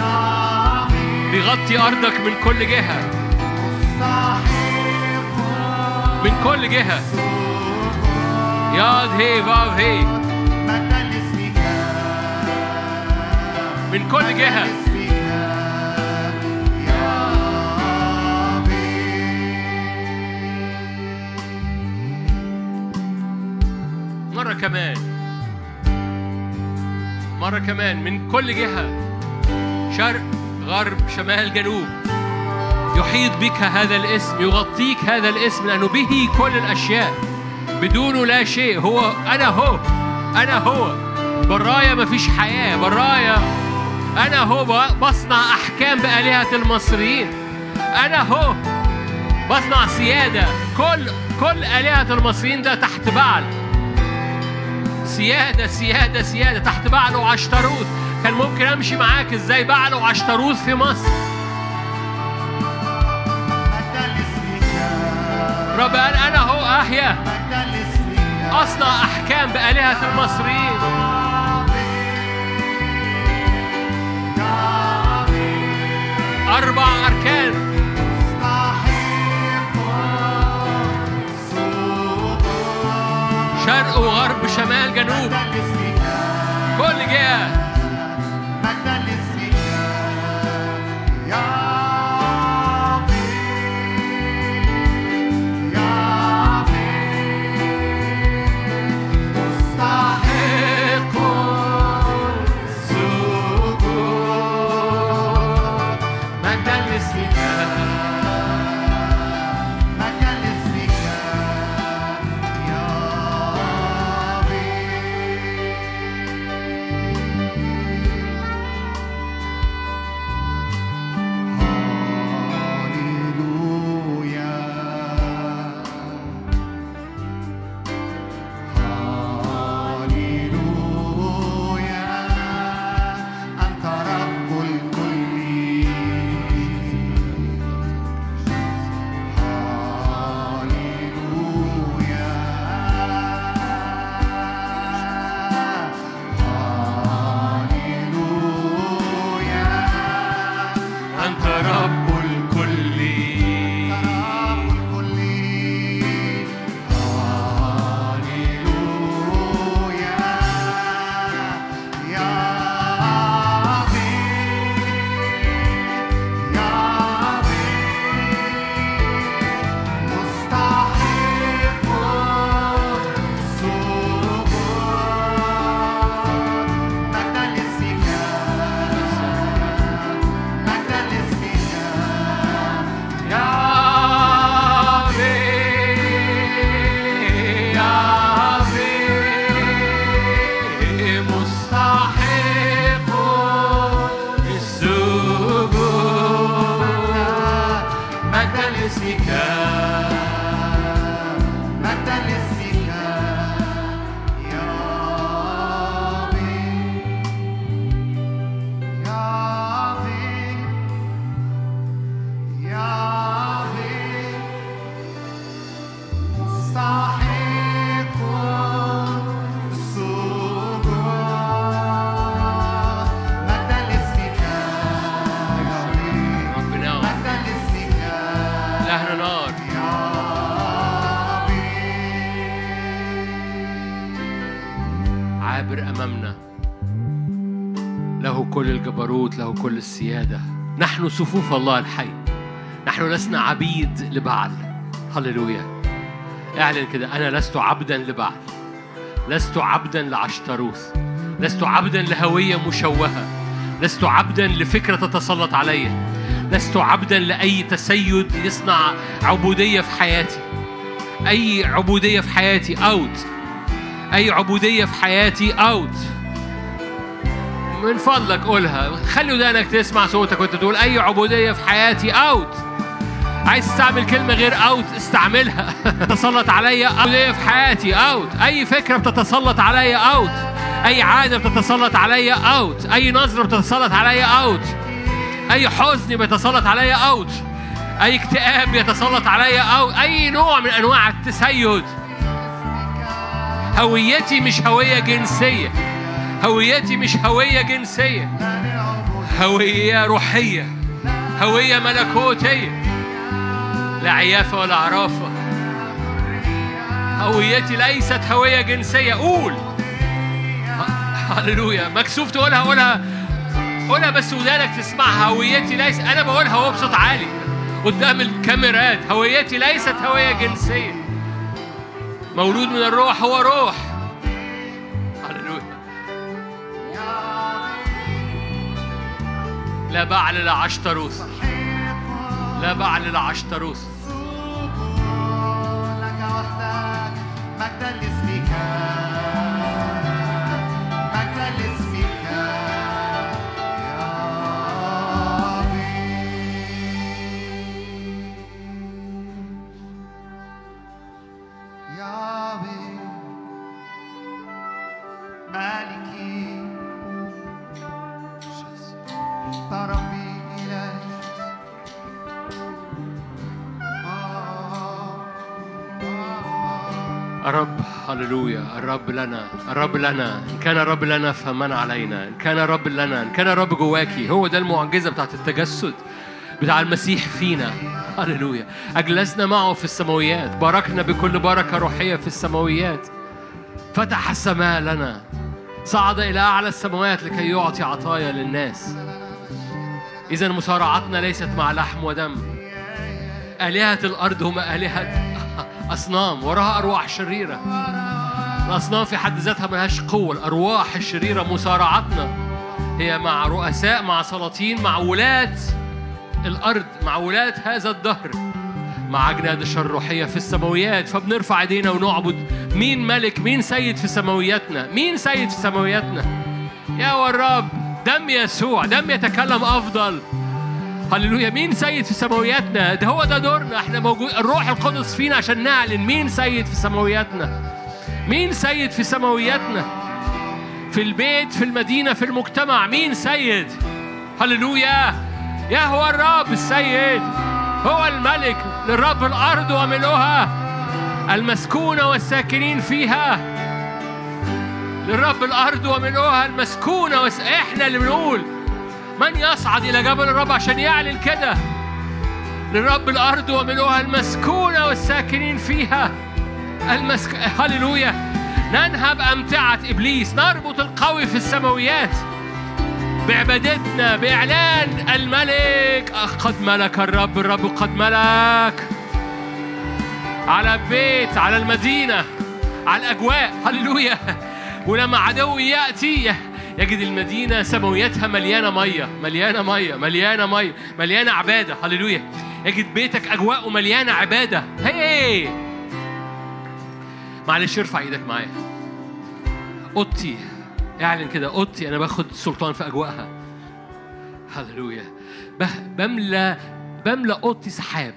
بيغطي أرضك من كل جهة، من كل جهة. ياد هي فاف هي من كل جهة. كمان، مرة كمان، من كل جهة، شرق غرب شمال جنوب، يحيط بك هذا الاسم، يغطيك هذا الاسم، لأنه به كل الأشياء، بدونه لا شيء. هو أنا هو أنا هو برايا مفيش حياة، برايا أنا هو بصنع أحكام بآلهة المصريين، أنا هو بصنع سيادة. كل كل آلهة المصريين ده تحت بعل، سيادة سيادة سيادة تحت بعل وعشتروث. كان ممكن أمشي معاك إزاي بعل وعشتروث في مصر. رب قال أنا هو أحيا، أصنع أحكام بآلهة المصريين. أربع أركان، شرق وغرب شمال جنوب، كل جهة. له كل السيادة. نحن صفوف الله الحي، نحن لسنا عبيد لبعل. هللويا. اعلن كده، أنا لست عبدا لبعل، لست عبدا لعشتروث، لست عبدا لهوية مشوهة، لست عبدا لفكرة تتسلط علي، لست عبدا لأي تسيد يصنع عبودية في حياتي. أي عبودية في حياتي أوت، أي عبودية في حياتي أوت. من فضلك قولها، خلي ودانك تسمع صوتك وانت تقول أي عبودية في حياتي أوت. عايز تستعمل كلمة غير أوت استعملها. تتسلط عليا عبودية في حياتي أوت. أي فكرة بتتسلط عليا أوت. أي عادة بتتسلط عليا أوت. أي نظرة بتتسلط عليا أوت. أي حزن بيتسلط عليا أوت. أي اكتئاب بيتسلط عليا أوت. أي نوع من أنواع التسيد. هويتي مش هوية جنسية، هويتي مش هوية جنسية، هوية روحية، هوية ملكوتية، لا عيافة ولا عرافة. هويتي ليست هوية جنسية. قول هللويا. مكسوف تقولها، قولها قولها بس ودانك تسمعها. هويتي ليست، أنا بقولها هو بصوت عالي قدام الكاميرات، هويتي ليست هوية جنسية. مولود من الروح هو روح. لا بعل لا عشتروث، لا بعل لا عشتروث.
لك وحدك مجدا لاسمك، مجدا لاسمك يا ربي، يا ربي مالكي ربي إلهي.
الرب هللويا، الرب لنا، الرب لنا. إن كان الرب لنا فمن علينا. إن كان الرب لنا، إن كان الرب جواكي. هو ده المعجزة بتاعت التجسد بتاع المسيح فينا. هللويا. أجلسنا معه في السماويات، باركنا بكل بركة روحية في السماويات. فتح السماء لنا، صعد إلى أعلى السماوات لكي يعطي عطايا للناس. إذن مصارعتنا ليست مع لحم ودم. آلهة الأرض هم آلهة أصنام وراها أرواح شريرة. الأصنام في حد ذاتها ملهاش قوة. الأرواح الشريرة مصارعتنا هي مع رؤساء، مع سلاطين، مع ولاة الأرض، مع ولاة هذا الدهر، مع أجناد الشر الروحية في السماويات. فبنرفع ايدينا ونعبد مين ملك، مين سيد في سماوياتنا، مين سيد في سماوياتنا. يا هو الرب، دم يسوع، دم يتكلم أفضل. هللويا. مين سيد في سماوياتنا؟ ده هو ده دورنا. احنا موجود الروح القدس فينا عشان نعلن مين سيد في سماوياتنا، مين سيد في سماوياتنا، في البيت، في المدينة، في المجتمع. مين سيد؟ هللويا. يا هو الرب السيد، هو الملك. للرب الأرض وملؤها، المسكونة والساكنين فيها. للرب الأرض وملؤها، المسكونة وس... احنا اللي بنقول من يصعد إلى جبل الرب عشان يعلن كده. للرب الأرض وملؤها، المسكونة والساكنين فيها. المسك... هللويا. ننهب أمتعة إبليس، نربط القوي في السماويات بعبادتنا، بإعلان الملك. قد ملك الرب، الرب قد ملك على البيت، على المدينة، على الأجواء. هللويا. ولما عدو يأتي يجد المدينة سماوياتها مليانة مية، مليانة مية، مليانة مية، مليانة عبادة. هللويا. يجد بيتك أجواءه مليانة عبادة. هي معلش ارفع ايدك معايا. اوضتي، اعلن كده، اوضتي انا باخد سلطان في اجواءها. هللويا. بملى بملى اوضتي سحاب.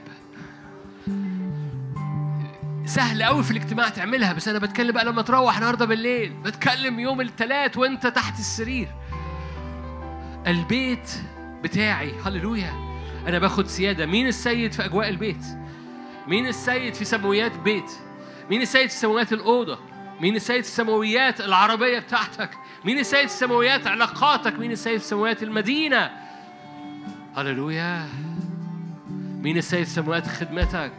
سهل قوي في الاجتماع تعملها، بس انا بتكلم بقى لما تروح النهارده بالليل، بتكلم يوم الثلاث وانت تحت السرير. البيت بتاعي. هللويا. انا باخد سيادة. مين السيد في اجواء البيت؟ مين السيد في سماويات بيت؟ مين السيد في سماويات الأوضة؟ مين السيد في سماويات العربية بتاعتك؟ مين السيد في سماويات علاقاتك؟ مين السيد في سماويات المدينة؟ هللويا. مين السيد في سماويات خدمتك؟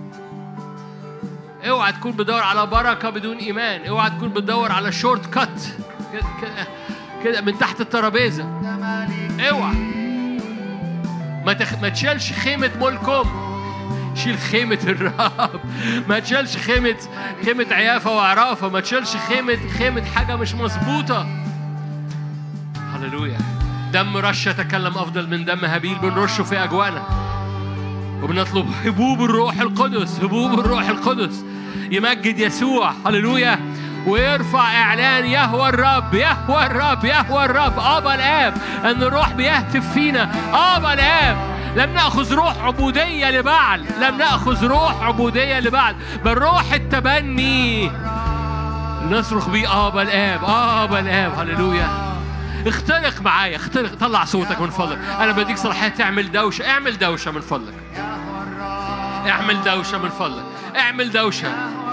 اوعى تكون بدور على بركة بدون إيمان. اوعى تكون بدور على شورت كات كده كده من تحت الترابيزة. اوعى ما تخ... ما تشيلش خيمة ملكم، شيل خيمة الرب. ما تشيلش خيمة خيمة عيافة وعرافة. ما تشيلش خيمة خيمة حاجة مش مظبوطة. هللويا. دم رش يتكلم أفضل من دم هابيل. بنرشه في أجواءنا وبنطلب هبوب الروح القدس، هبوب الروح القدس يمجد يسوع. هللويا. ويرفع إعلان يهوى الرب، يهوى الرب، يهوى الرب. أبا الآب، أن الروح بيهتف فينا. أبا الآب. لم نأخذ روح عبودية لبعل، لم نأخذ روح عبودية لبعل، بل روح التبني نصرخ بيه أبا الآب، أبا الآب. هللويا. اخترق معايا، اخترق. طلع صوتك من فضلك. أنا بديك صلاحية تعمل دوشة. اعمل دوشة من فضلك. اعمل دوشة من فضلك. اعمل دوشة.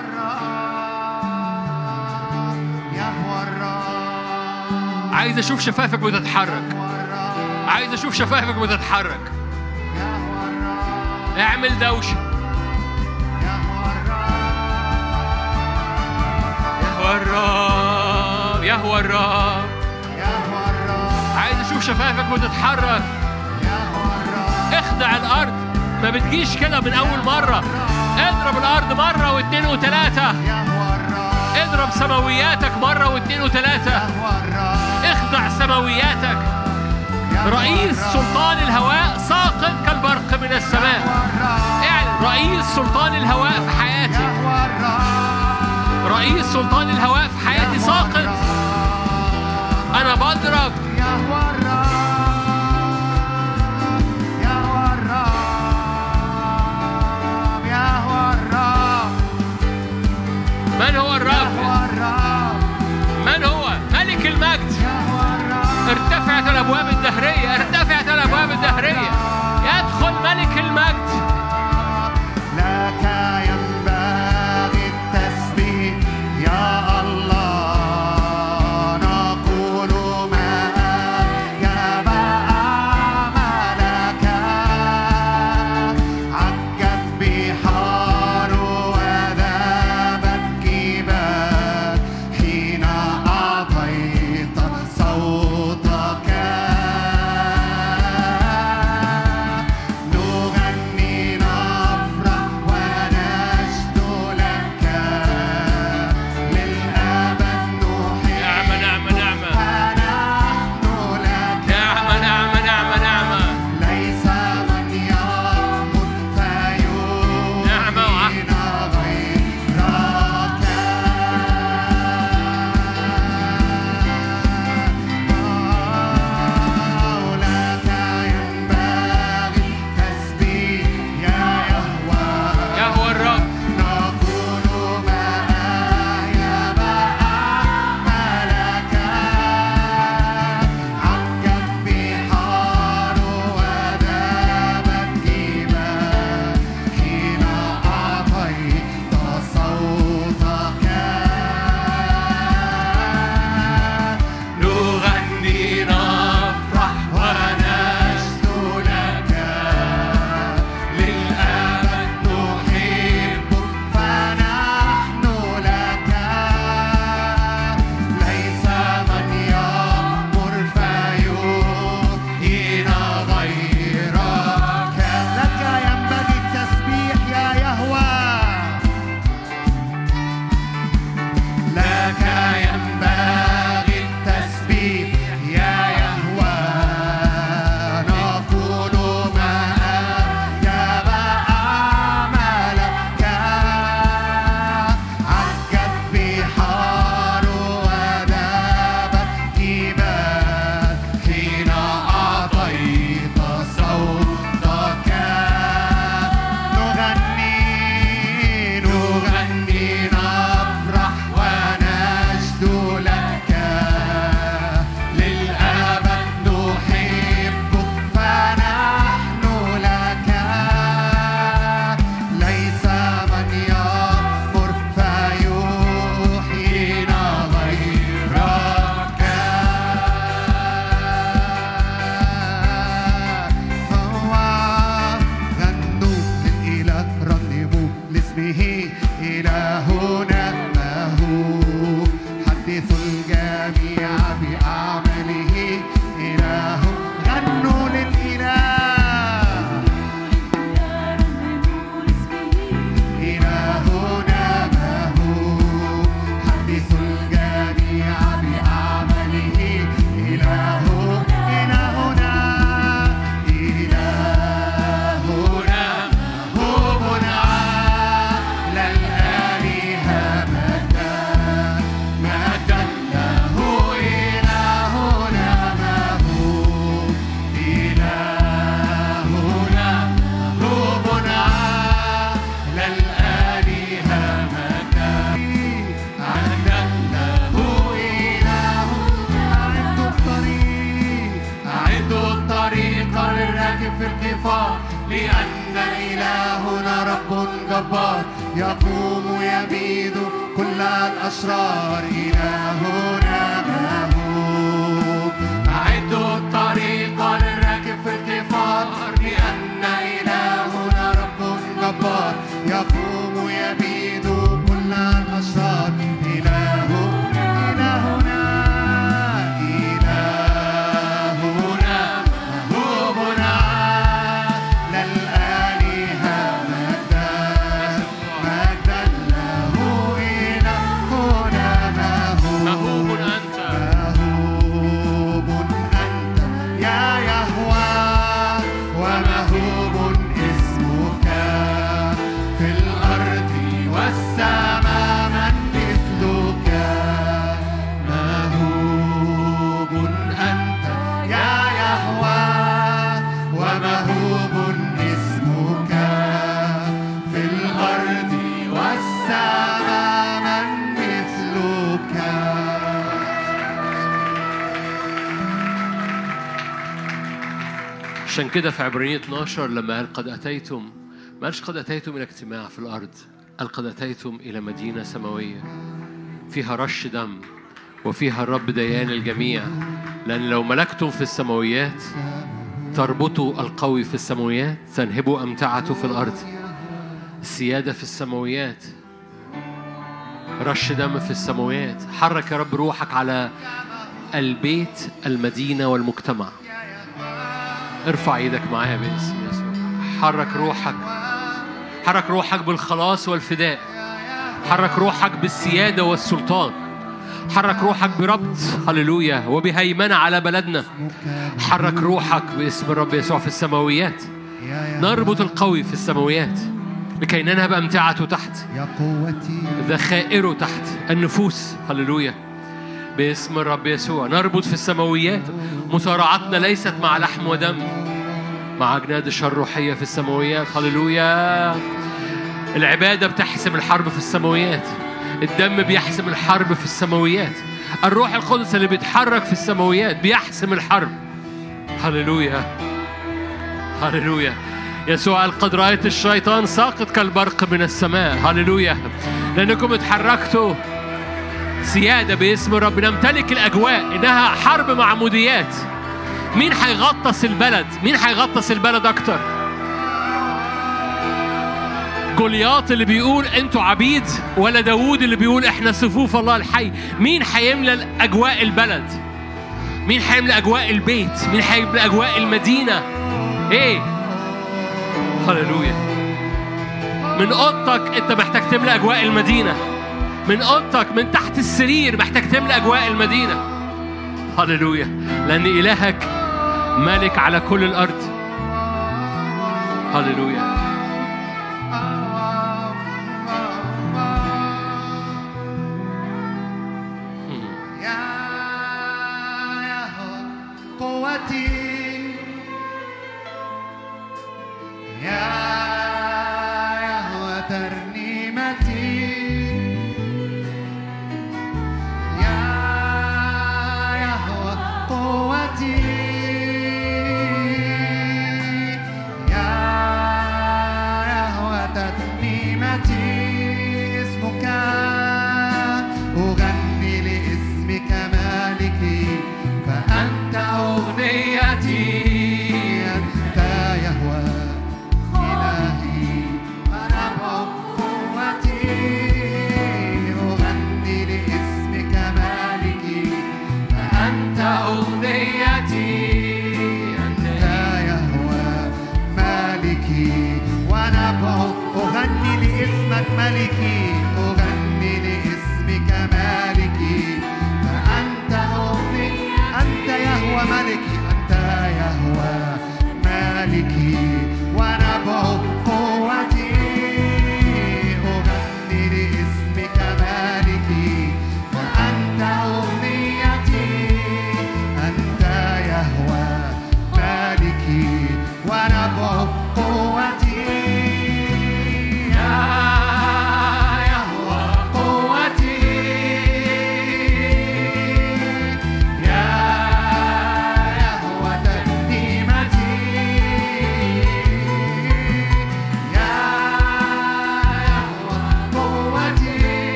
عايز أشوف شفافك بتتحرك. عايز أشوف شفافك بتتحرك. اعمل دوشة. يهوى الرب، يهوى الرب. عايز أشوف شفافك بتتحرك. اخدع الأرض. ما بتجيش كده من أول مرة. اضرب الأرض مرة واثنين وثلاثة. اضرب سماوياتك مرة واثنين وثلاثة. اخدع سماوياتك. رئيس سلطان الهواء ساقط كالبرق من السماء. اعلن رئيس سلطان الهواء في حياتي. رئيس سلطان الهواء في حياتي ساقط. أنا بضرب من هو الرب؟ من هو؟ ملك المجد. ارتفعت الأبواب الدهرية، ارتفعت الأبواب الدهرية. يدخل ملك المجد.
لك ينبغي التسبيح يا الله. نقول ما أعجب أعمالك. عجت بحار وذابت جبال حين أعطيت صوتك. نغني نفرح ونشد لك للأبد نحيي.
نعمة نعمة نعمة
فنحن لك.
نعمة نعمة نعمة نعمة.
ليس من يأمر فيؤمن
نعمة وعهد.
غيرك. لك ينبغي التسبيح يا يهوه.
يهوه الرب.
نقول ما أعجب أعمالك. عجت بحار وذابت جبال حين أعطيت صوتك.
نغني نفرح
ونشد لك للأبد نحبك. فنحن لك. ليس من يأمر فيؤتينا غيرك. لك ينبغي التسبيح يا يهوه. لك ينبغي التسبيح يا يهوه. نقول ما أعجب أعمالك. عجت بحار وذابت جبال حين أعطيت صوتك. نغني نغني نفرح ونشد لك للأبد نحبك. فنحن لك. ليس من يأمر فيوحينا غيرك. هو غنوا للإله رنموا لاسمه إلهنا ما هو. حدثوا الجميع بأعماله إله. غنوا للإله إلهنا ما هو. حدثوا الجميع بأعماله إله. إلهنا إلهنا مهوب على الآلهة مجدا. مجدا له إلهنا ما هو. إلهنا مهوب على الآلهة مجدا. مجدا له إلهنا. أعدوا الطريق أعدوا الطريق للراكب في القفار. لأن إلهنا رب جبار. يقوم يبيد كل الأشرار. إلهنا ما هو. أعدوا الطريق للراكب في القفار. لأن إلهنا رب جبار. يقوم يبيد كل الأشرار. إله إلهنا إلهنا مهوب على الآلهة مجدا. مجدا له إلهنا ما هو.
مهوب أنت.
ما
عشان كده في عبرانية اثناشر لما قال قد أتيتم، ما قالش قد أتيتم إلى اجتماع في الأرض، قال قد أتيتم إلى مدينة سماوية فيها رش دم وفيها الرب ديان الجميع. لأن لو ملكتم في السماويات تربطوا القوي في السماويات، تنهبوا أمتعته في الأرض. السيادة في السماويات، رش دم في السماويات. حرك يا رب روحك على البيت، المدينة والمجتمع. ارفع ايدك معايا باسم يسوع. حرك روحك، حرك روحك بالخلاص والفداء. حرك روحك بالسيادة والسلطان. حرك روحك بربط هللويا وبهيمنة على بلدنا. حرك روحك باسم الرب يسوع في السماويات. نربط القوي في السماويات لكي ننهب أمتعته تحت، ذخائره تحت النفوس. هللويا باسم الرب يسوع. نربط في السماويات. مصارعتنا ليست مع لحم ودم، مع أجناد الشر الروحية في السماويات. هللويا. العبادة بتحسم الحرب في السماويات. الدم بيحسم الحرب في السماويات. الروح القدس اللي بيتحرك في السماويات بيحسم الحرب. هللويا هللويا. يسوع قال قد رأيت الشيطان ساقط كالبرق من السماء. هللويا. لأنكم اتحركتوا سيادة باسم الرب. نمتلك الأجواء. إنها حرب معموديات. مين هيغطس البلد؟ مين هيغطس البلد أكتر؟ جولياط اللي بيقول أنتوا عبيد، ولا داوود اللي بيقول إحنا صفوف الله الحي؟ مين هيملى أجواء البلد؟ مين هيملى أجواء البيت؟ مين هيملى أجواء المدينة؟ إيه؟ هللويا. من أوضتك أنت محتاج تملى أجواء المدينة. من أوضتك من تحت السرير محتاج تملى أجواء المدينة. هللويا. لأن إلهك مالك على كل الأرض. هللويا.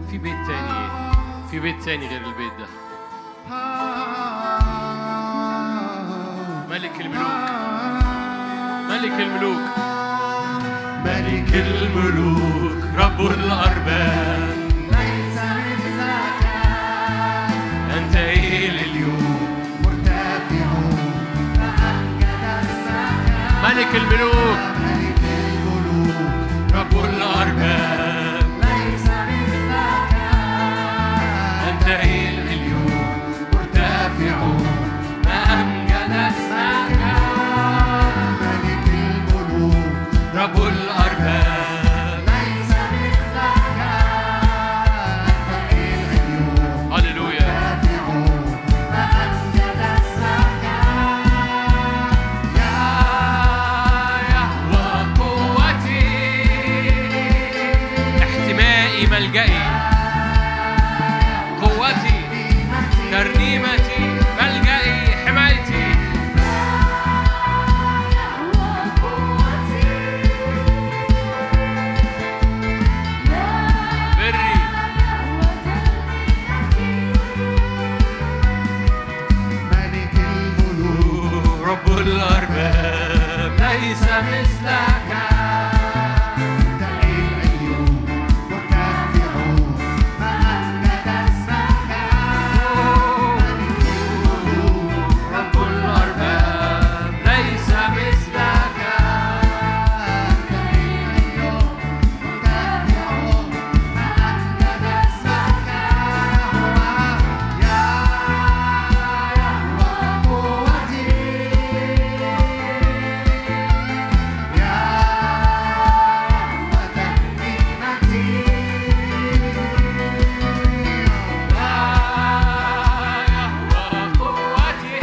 في بيت تاني، في بيت تاني غير البيت ده. ملك الملوك، ملك الملوك،
ملك الملوك، رب الأرباب، ليس مثلك. أنت إلى اليوم مرتفع، فأمجد اسمك.
ملك الملوك،
ملك الملوك، رب الأرباب، ليس مثلك. أنت إلى اليوم مرتفع، فأمجد اسمك. ملك الملوك، رب الأرباب، ليس مثلك. أنت إلى اليوم
هللويا.
مرتفع، فأمجد اسمك. يا يهوه قوتي،
احتمائي، ملجئي، قوتي، ترنيمتي، ملجئي، حمايتي. بري،
ملك الملوك، رب الأرباب، ليس مثلك. أنت إلى اليوم مرتفع، فأمجد اسمك. ملك الملوك، رب الأرباب، ليس مثلك. أنت إلى اليوم مرتفع، فأمجد اسمك. هو يا يهوه قوتي، يا يهوه ترنيمتي، يا يهوه قوتي،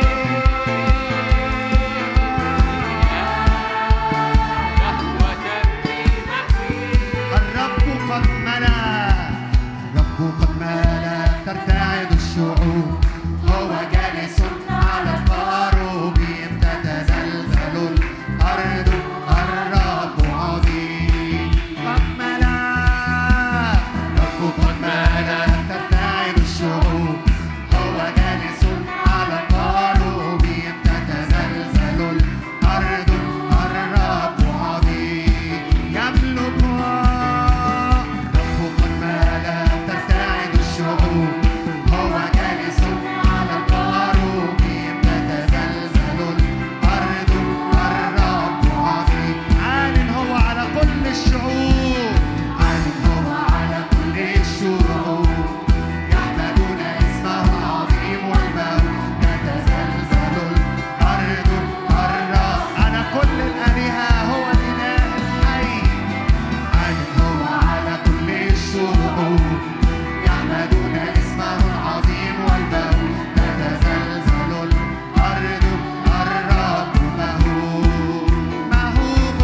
يهوى ترنيمتي.
الرب قد ملا، الرب قد ملا، ترتعد الشعوب، هو جالس على الكروبيم، تتزلزل الأرض، الرب عظيم. قد ملا، الرب قد ملا، ترتعد الشعوب، هو جالس على الكروبيم، تتزلزل الأرض، الرب عظيم. يملك الرب قد ملا، ترتعد الشعوب، هو جالس على الكروبيم، تتزلزل الأرض، الرب عظيم. عال هو على كل الشعوب، عال هو على كل الشعوب، يحمدون اسمه العظيم والمهول. تتزلزل الأرض، الرب، أنا كل الآلهة، هو الإله الحي. عال هو على كل الشعوب، يحمدون اسمه العظيم والمهول. تتزلزل الأرض، الرب مهول. مهوب،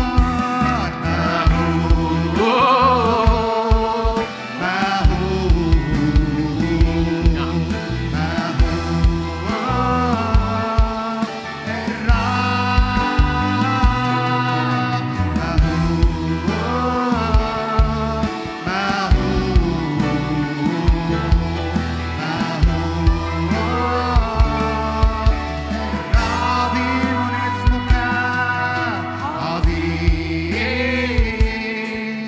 مهول، عظيم اسمك، عظيم،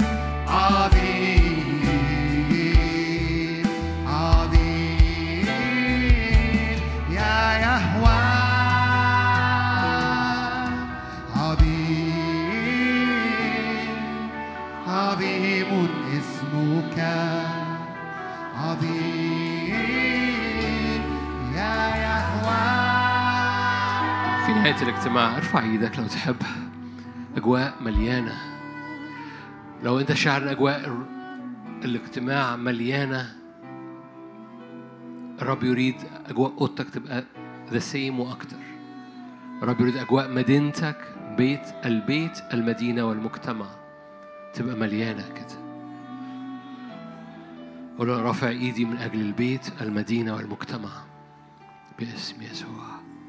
عظيم، عظيم، يا يهوه، عظيم، عظيم اسمك، عظيم، يا يهوه.
في نهاية الاجتماع ارفع ايدك لو تحب. أجواء مليانة، لو أنت شاعر أجواء الاجتماع مليانة، الرب يريد أجواء أوضتك تبقى ذا سيم وأكتر. الرب يريد أجواء مدينتك، بيت البيت المدينة والمجتمع تبقى مليانة كده. قول أنا رافع إيدي من أجل البيت المدينة والمجتمع باسم يسوع.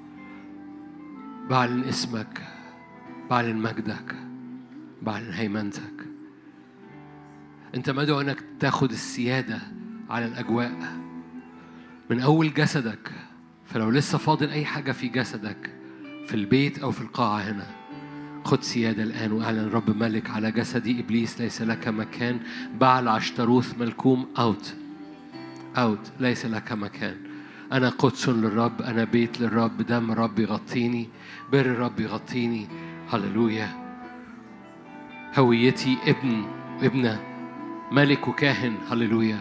بعلن اسمك، بعلن مجدك، بعلن هيمنتك. أنت مدعو أنك تاخد السيادة على الأجواء من أول جسدك. فلو لسه فاضل أي حاجة في جسدك في البيت أو في القاعة هنا، خد سيادة الآن واعلن رب ملك على جسدي. إبليس ليس لك مكان. بعل عشتروث ملكوم أوت أوت، ليس لك مكان. أنا قدس للرب، أنا بيت للرب، دم الرب يغطيني، بر الرب يغطيني. هللويا. هويتي ابن وابنة، ملك وكاهن. هللويا.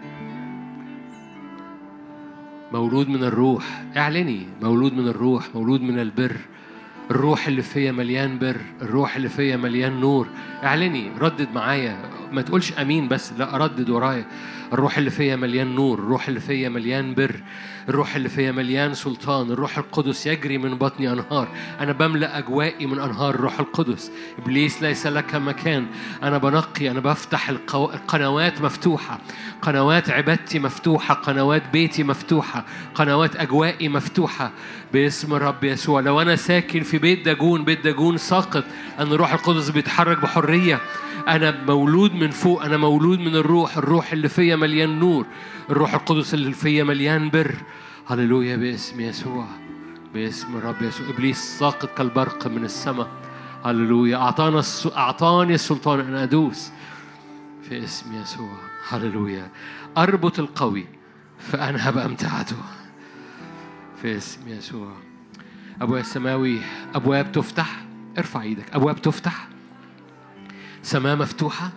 مولود من الروح. اعلني مولود من الروح، مولود من البر. الروح اللي فيا مليان بر، الروح اللي فيا مليان نور. اعلني، ردد معايا، ما تقولش امين بس، لا ردد ورايا. الروح اللي فيا مليان نور، الروح اللي فيا مليان بر، الروح اللي فيا مليان سلطان. الروح القدس يجري من بطني أنهار. أنا بملأ أجوائي من أنهار الروح القدس. إبليس ليس لك مكان. أنا بنقي، أنا بفتح القو... القنوات مفتوحة، قنوات عبادتي مفتوحة، قنوات بيتي مفتوحة، قنوات أجوائي مفتوحة باسم الرب يسوع. لو أنا ساكن في بيت داجون، بيت داجون ساقط، أن الروح القدس بيتحرك بحرية. أنا مولود من فوق، أنا مولود من الروح، الروح اللي فيا مليان نور، الروح القدس اللي فيا مليان بر. هللويا باسم يسوع، باسم الرب يسوع. إبليس ساقط كالبرق من السماء. هللويا. أعطانا الس... أعطاني السلطان أن أدوس في اسم يسوع. هللويا. أربط القوي فأنهب أمتعته في اسم يسوع. أبويا السماوي، أبواب تفتح. ارفع ايدك. أبواب تفتح، سماء مفتوحة،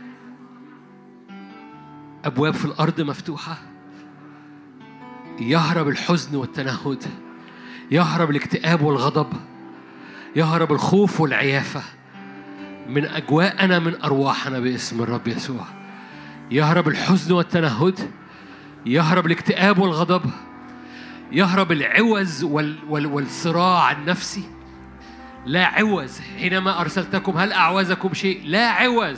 أبواب في الأرض مفتوحة. يهرب الحزن والتنهد، يهرب الاكتئاب والغضب، يهرب الخوف والعيافة من أجواءنا، من أرواحنا باسم الرب يسوع. يهرب الحزن والتنهد، يهرب الاكتئاب والغضب، يهرب العوز وال وال والصراع النفسي. لا عوز. حينما أرسلتكم هل أعوزكم شيء؟ لا عوز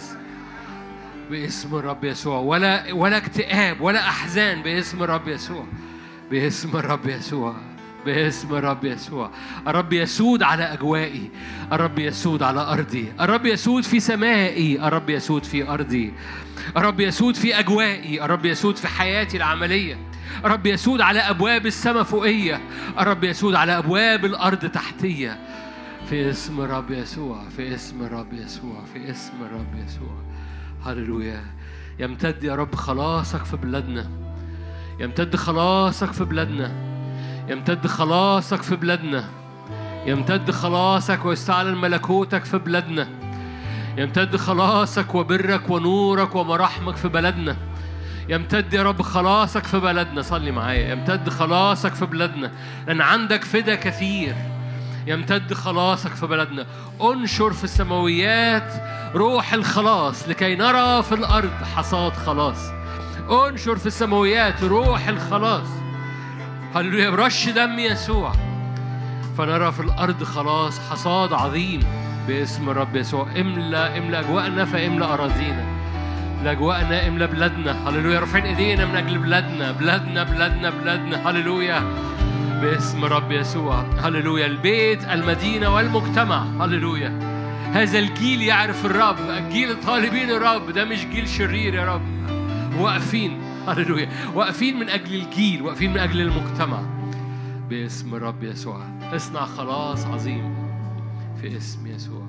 باسم الرب يسوع. ولا ولا اكتئاب ولا أحزان باسم الرب يسوع، باسم الرب يسوع، باسم الرب يسوع. الرب يسود على أجوائي، الرب يسود على أرضي، الرب يسود في سمائي، الرب يسود في أرضي، الرب يسود في أجوائي، الرب يسود في حياتي العملية، الرب يسود على أبواب السماء فوقية، الرب يسود على أبواب الأرض تحتية في اسم الرب يسوع، في اسم الرب يسوع، في اسم الرب يسوع. هللويا. يمتد يا رب خلاصك في بلادنا، يمتد خلاصك في بلادنا، يمتد خلاصك في بلادنا، يمتد خلاصك ويستعلن ملكوتك في بلادنا، يمتد خلاصك وبرك ونورك ومراحمك في بلدنا. يمتد يا رب خلاصك في بلدنا. صلي معايا. يمتد خلاصك في بلادنا لأن عندك فدا كثير. يمتد خلاصك في بلدنا. انشر في السماويات روح الخلاص لكي نرى في الأرض حصاد خلاص. انشر في السماويات روح الخلاص. هللويا. برش دم يسوع فنرى في الأرض خلاص، حصاد عظيم باسم الرب يسوع. املأ املأ أجواءنا، فاملأ أراضينا، لأجواءنا، املأ بلادنا. هللويا. رافعين ايدينا من أجل بلادنا، بلادنا بلادنا بلادنا. هللويا باسم رب يسوع. هللويا. البيت، المدينة والمجتمع. هللويا. هذا الجيل يعرف الرب، الجيل طالبين الرب. ده مش جيل شرير يا رب. واقفين. هللويا. واقفين من أجل الجيل، واقفين من أجل المجتمع باسم الرب يسوع. اصنع خلاص عظيم في اسم يسوع.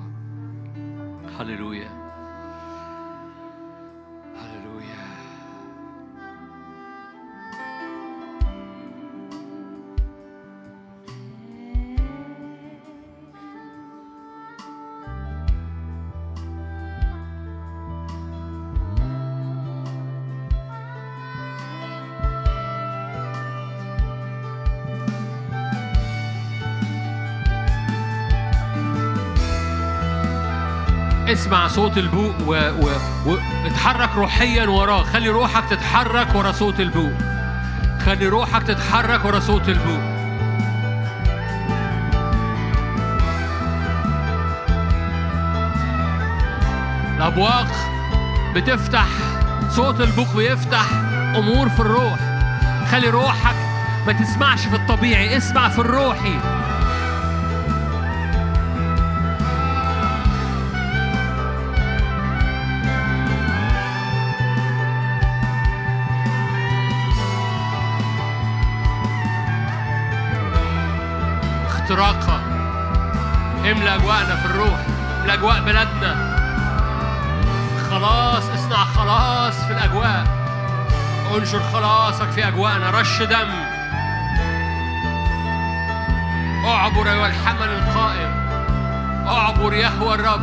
هللويا. هللويا. اسمع صوت البوق واتحرك و... روحيا وراه. خلي روحك تتحرك ورا صوت البوق. خلي روحك تتحرك ورا صوت البوق. الأبواق بتفتح، صوت البوق بيفتح أمور في الروح. خلي روحك ما تسمعش في الطبيعي، اسمع في الروحي. إدراكها. املأ أجواءنا في الروح، املأ أجواء بلادنا. خلاص، اصنع خلاص في الأجواء. انشر خلاصك في أجواءنا. رش دم. اعبر أيها الحمل القائم، اعبر يهوى الرب.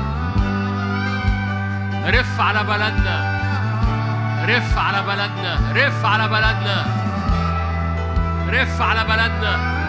رف على بلدنا، رف على بلدنا، رف على بلدنا، رف على بلدنا.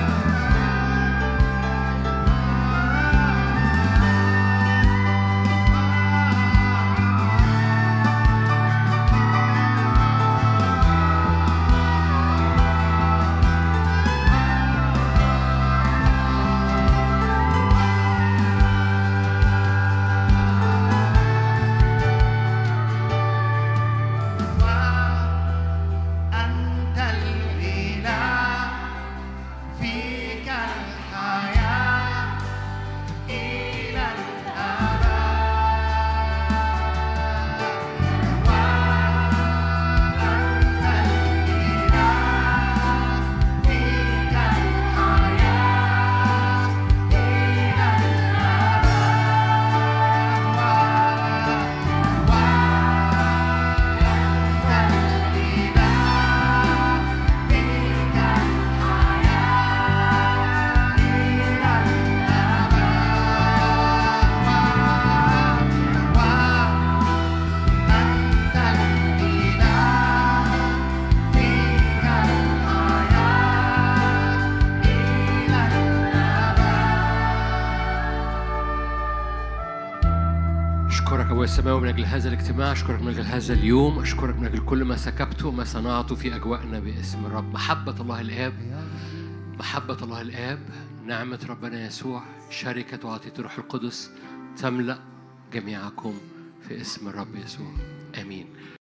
السماوي من أجل هذا الاجتماع. أشكرك من أجل هذا اليوم. أشكرك من أجل كل ما سكبته وما صنعته في أجواءنا باسم الرب. محبة الله الآب، محبة الله الآب، نعمة ربنا يسوع، شركة وعطية الروح القدس تملأ جميعكم في اسم الرب يسوع. آمين.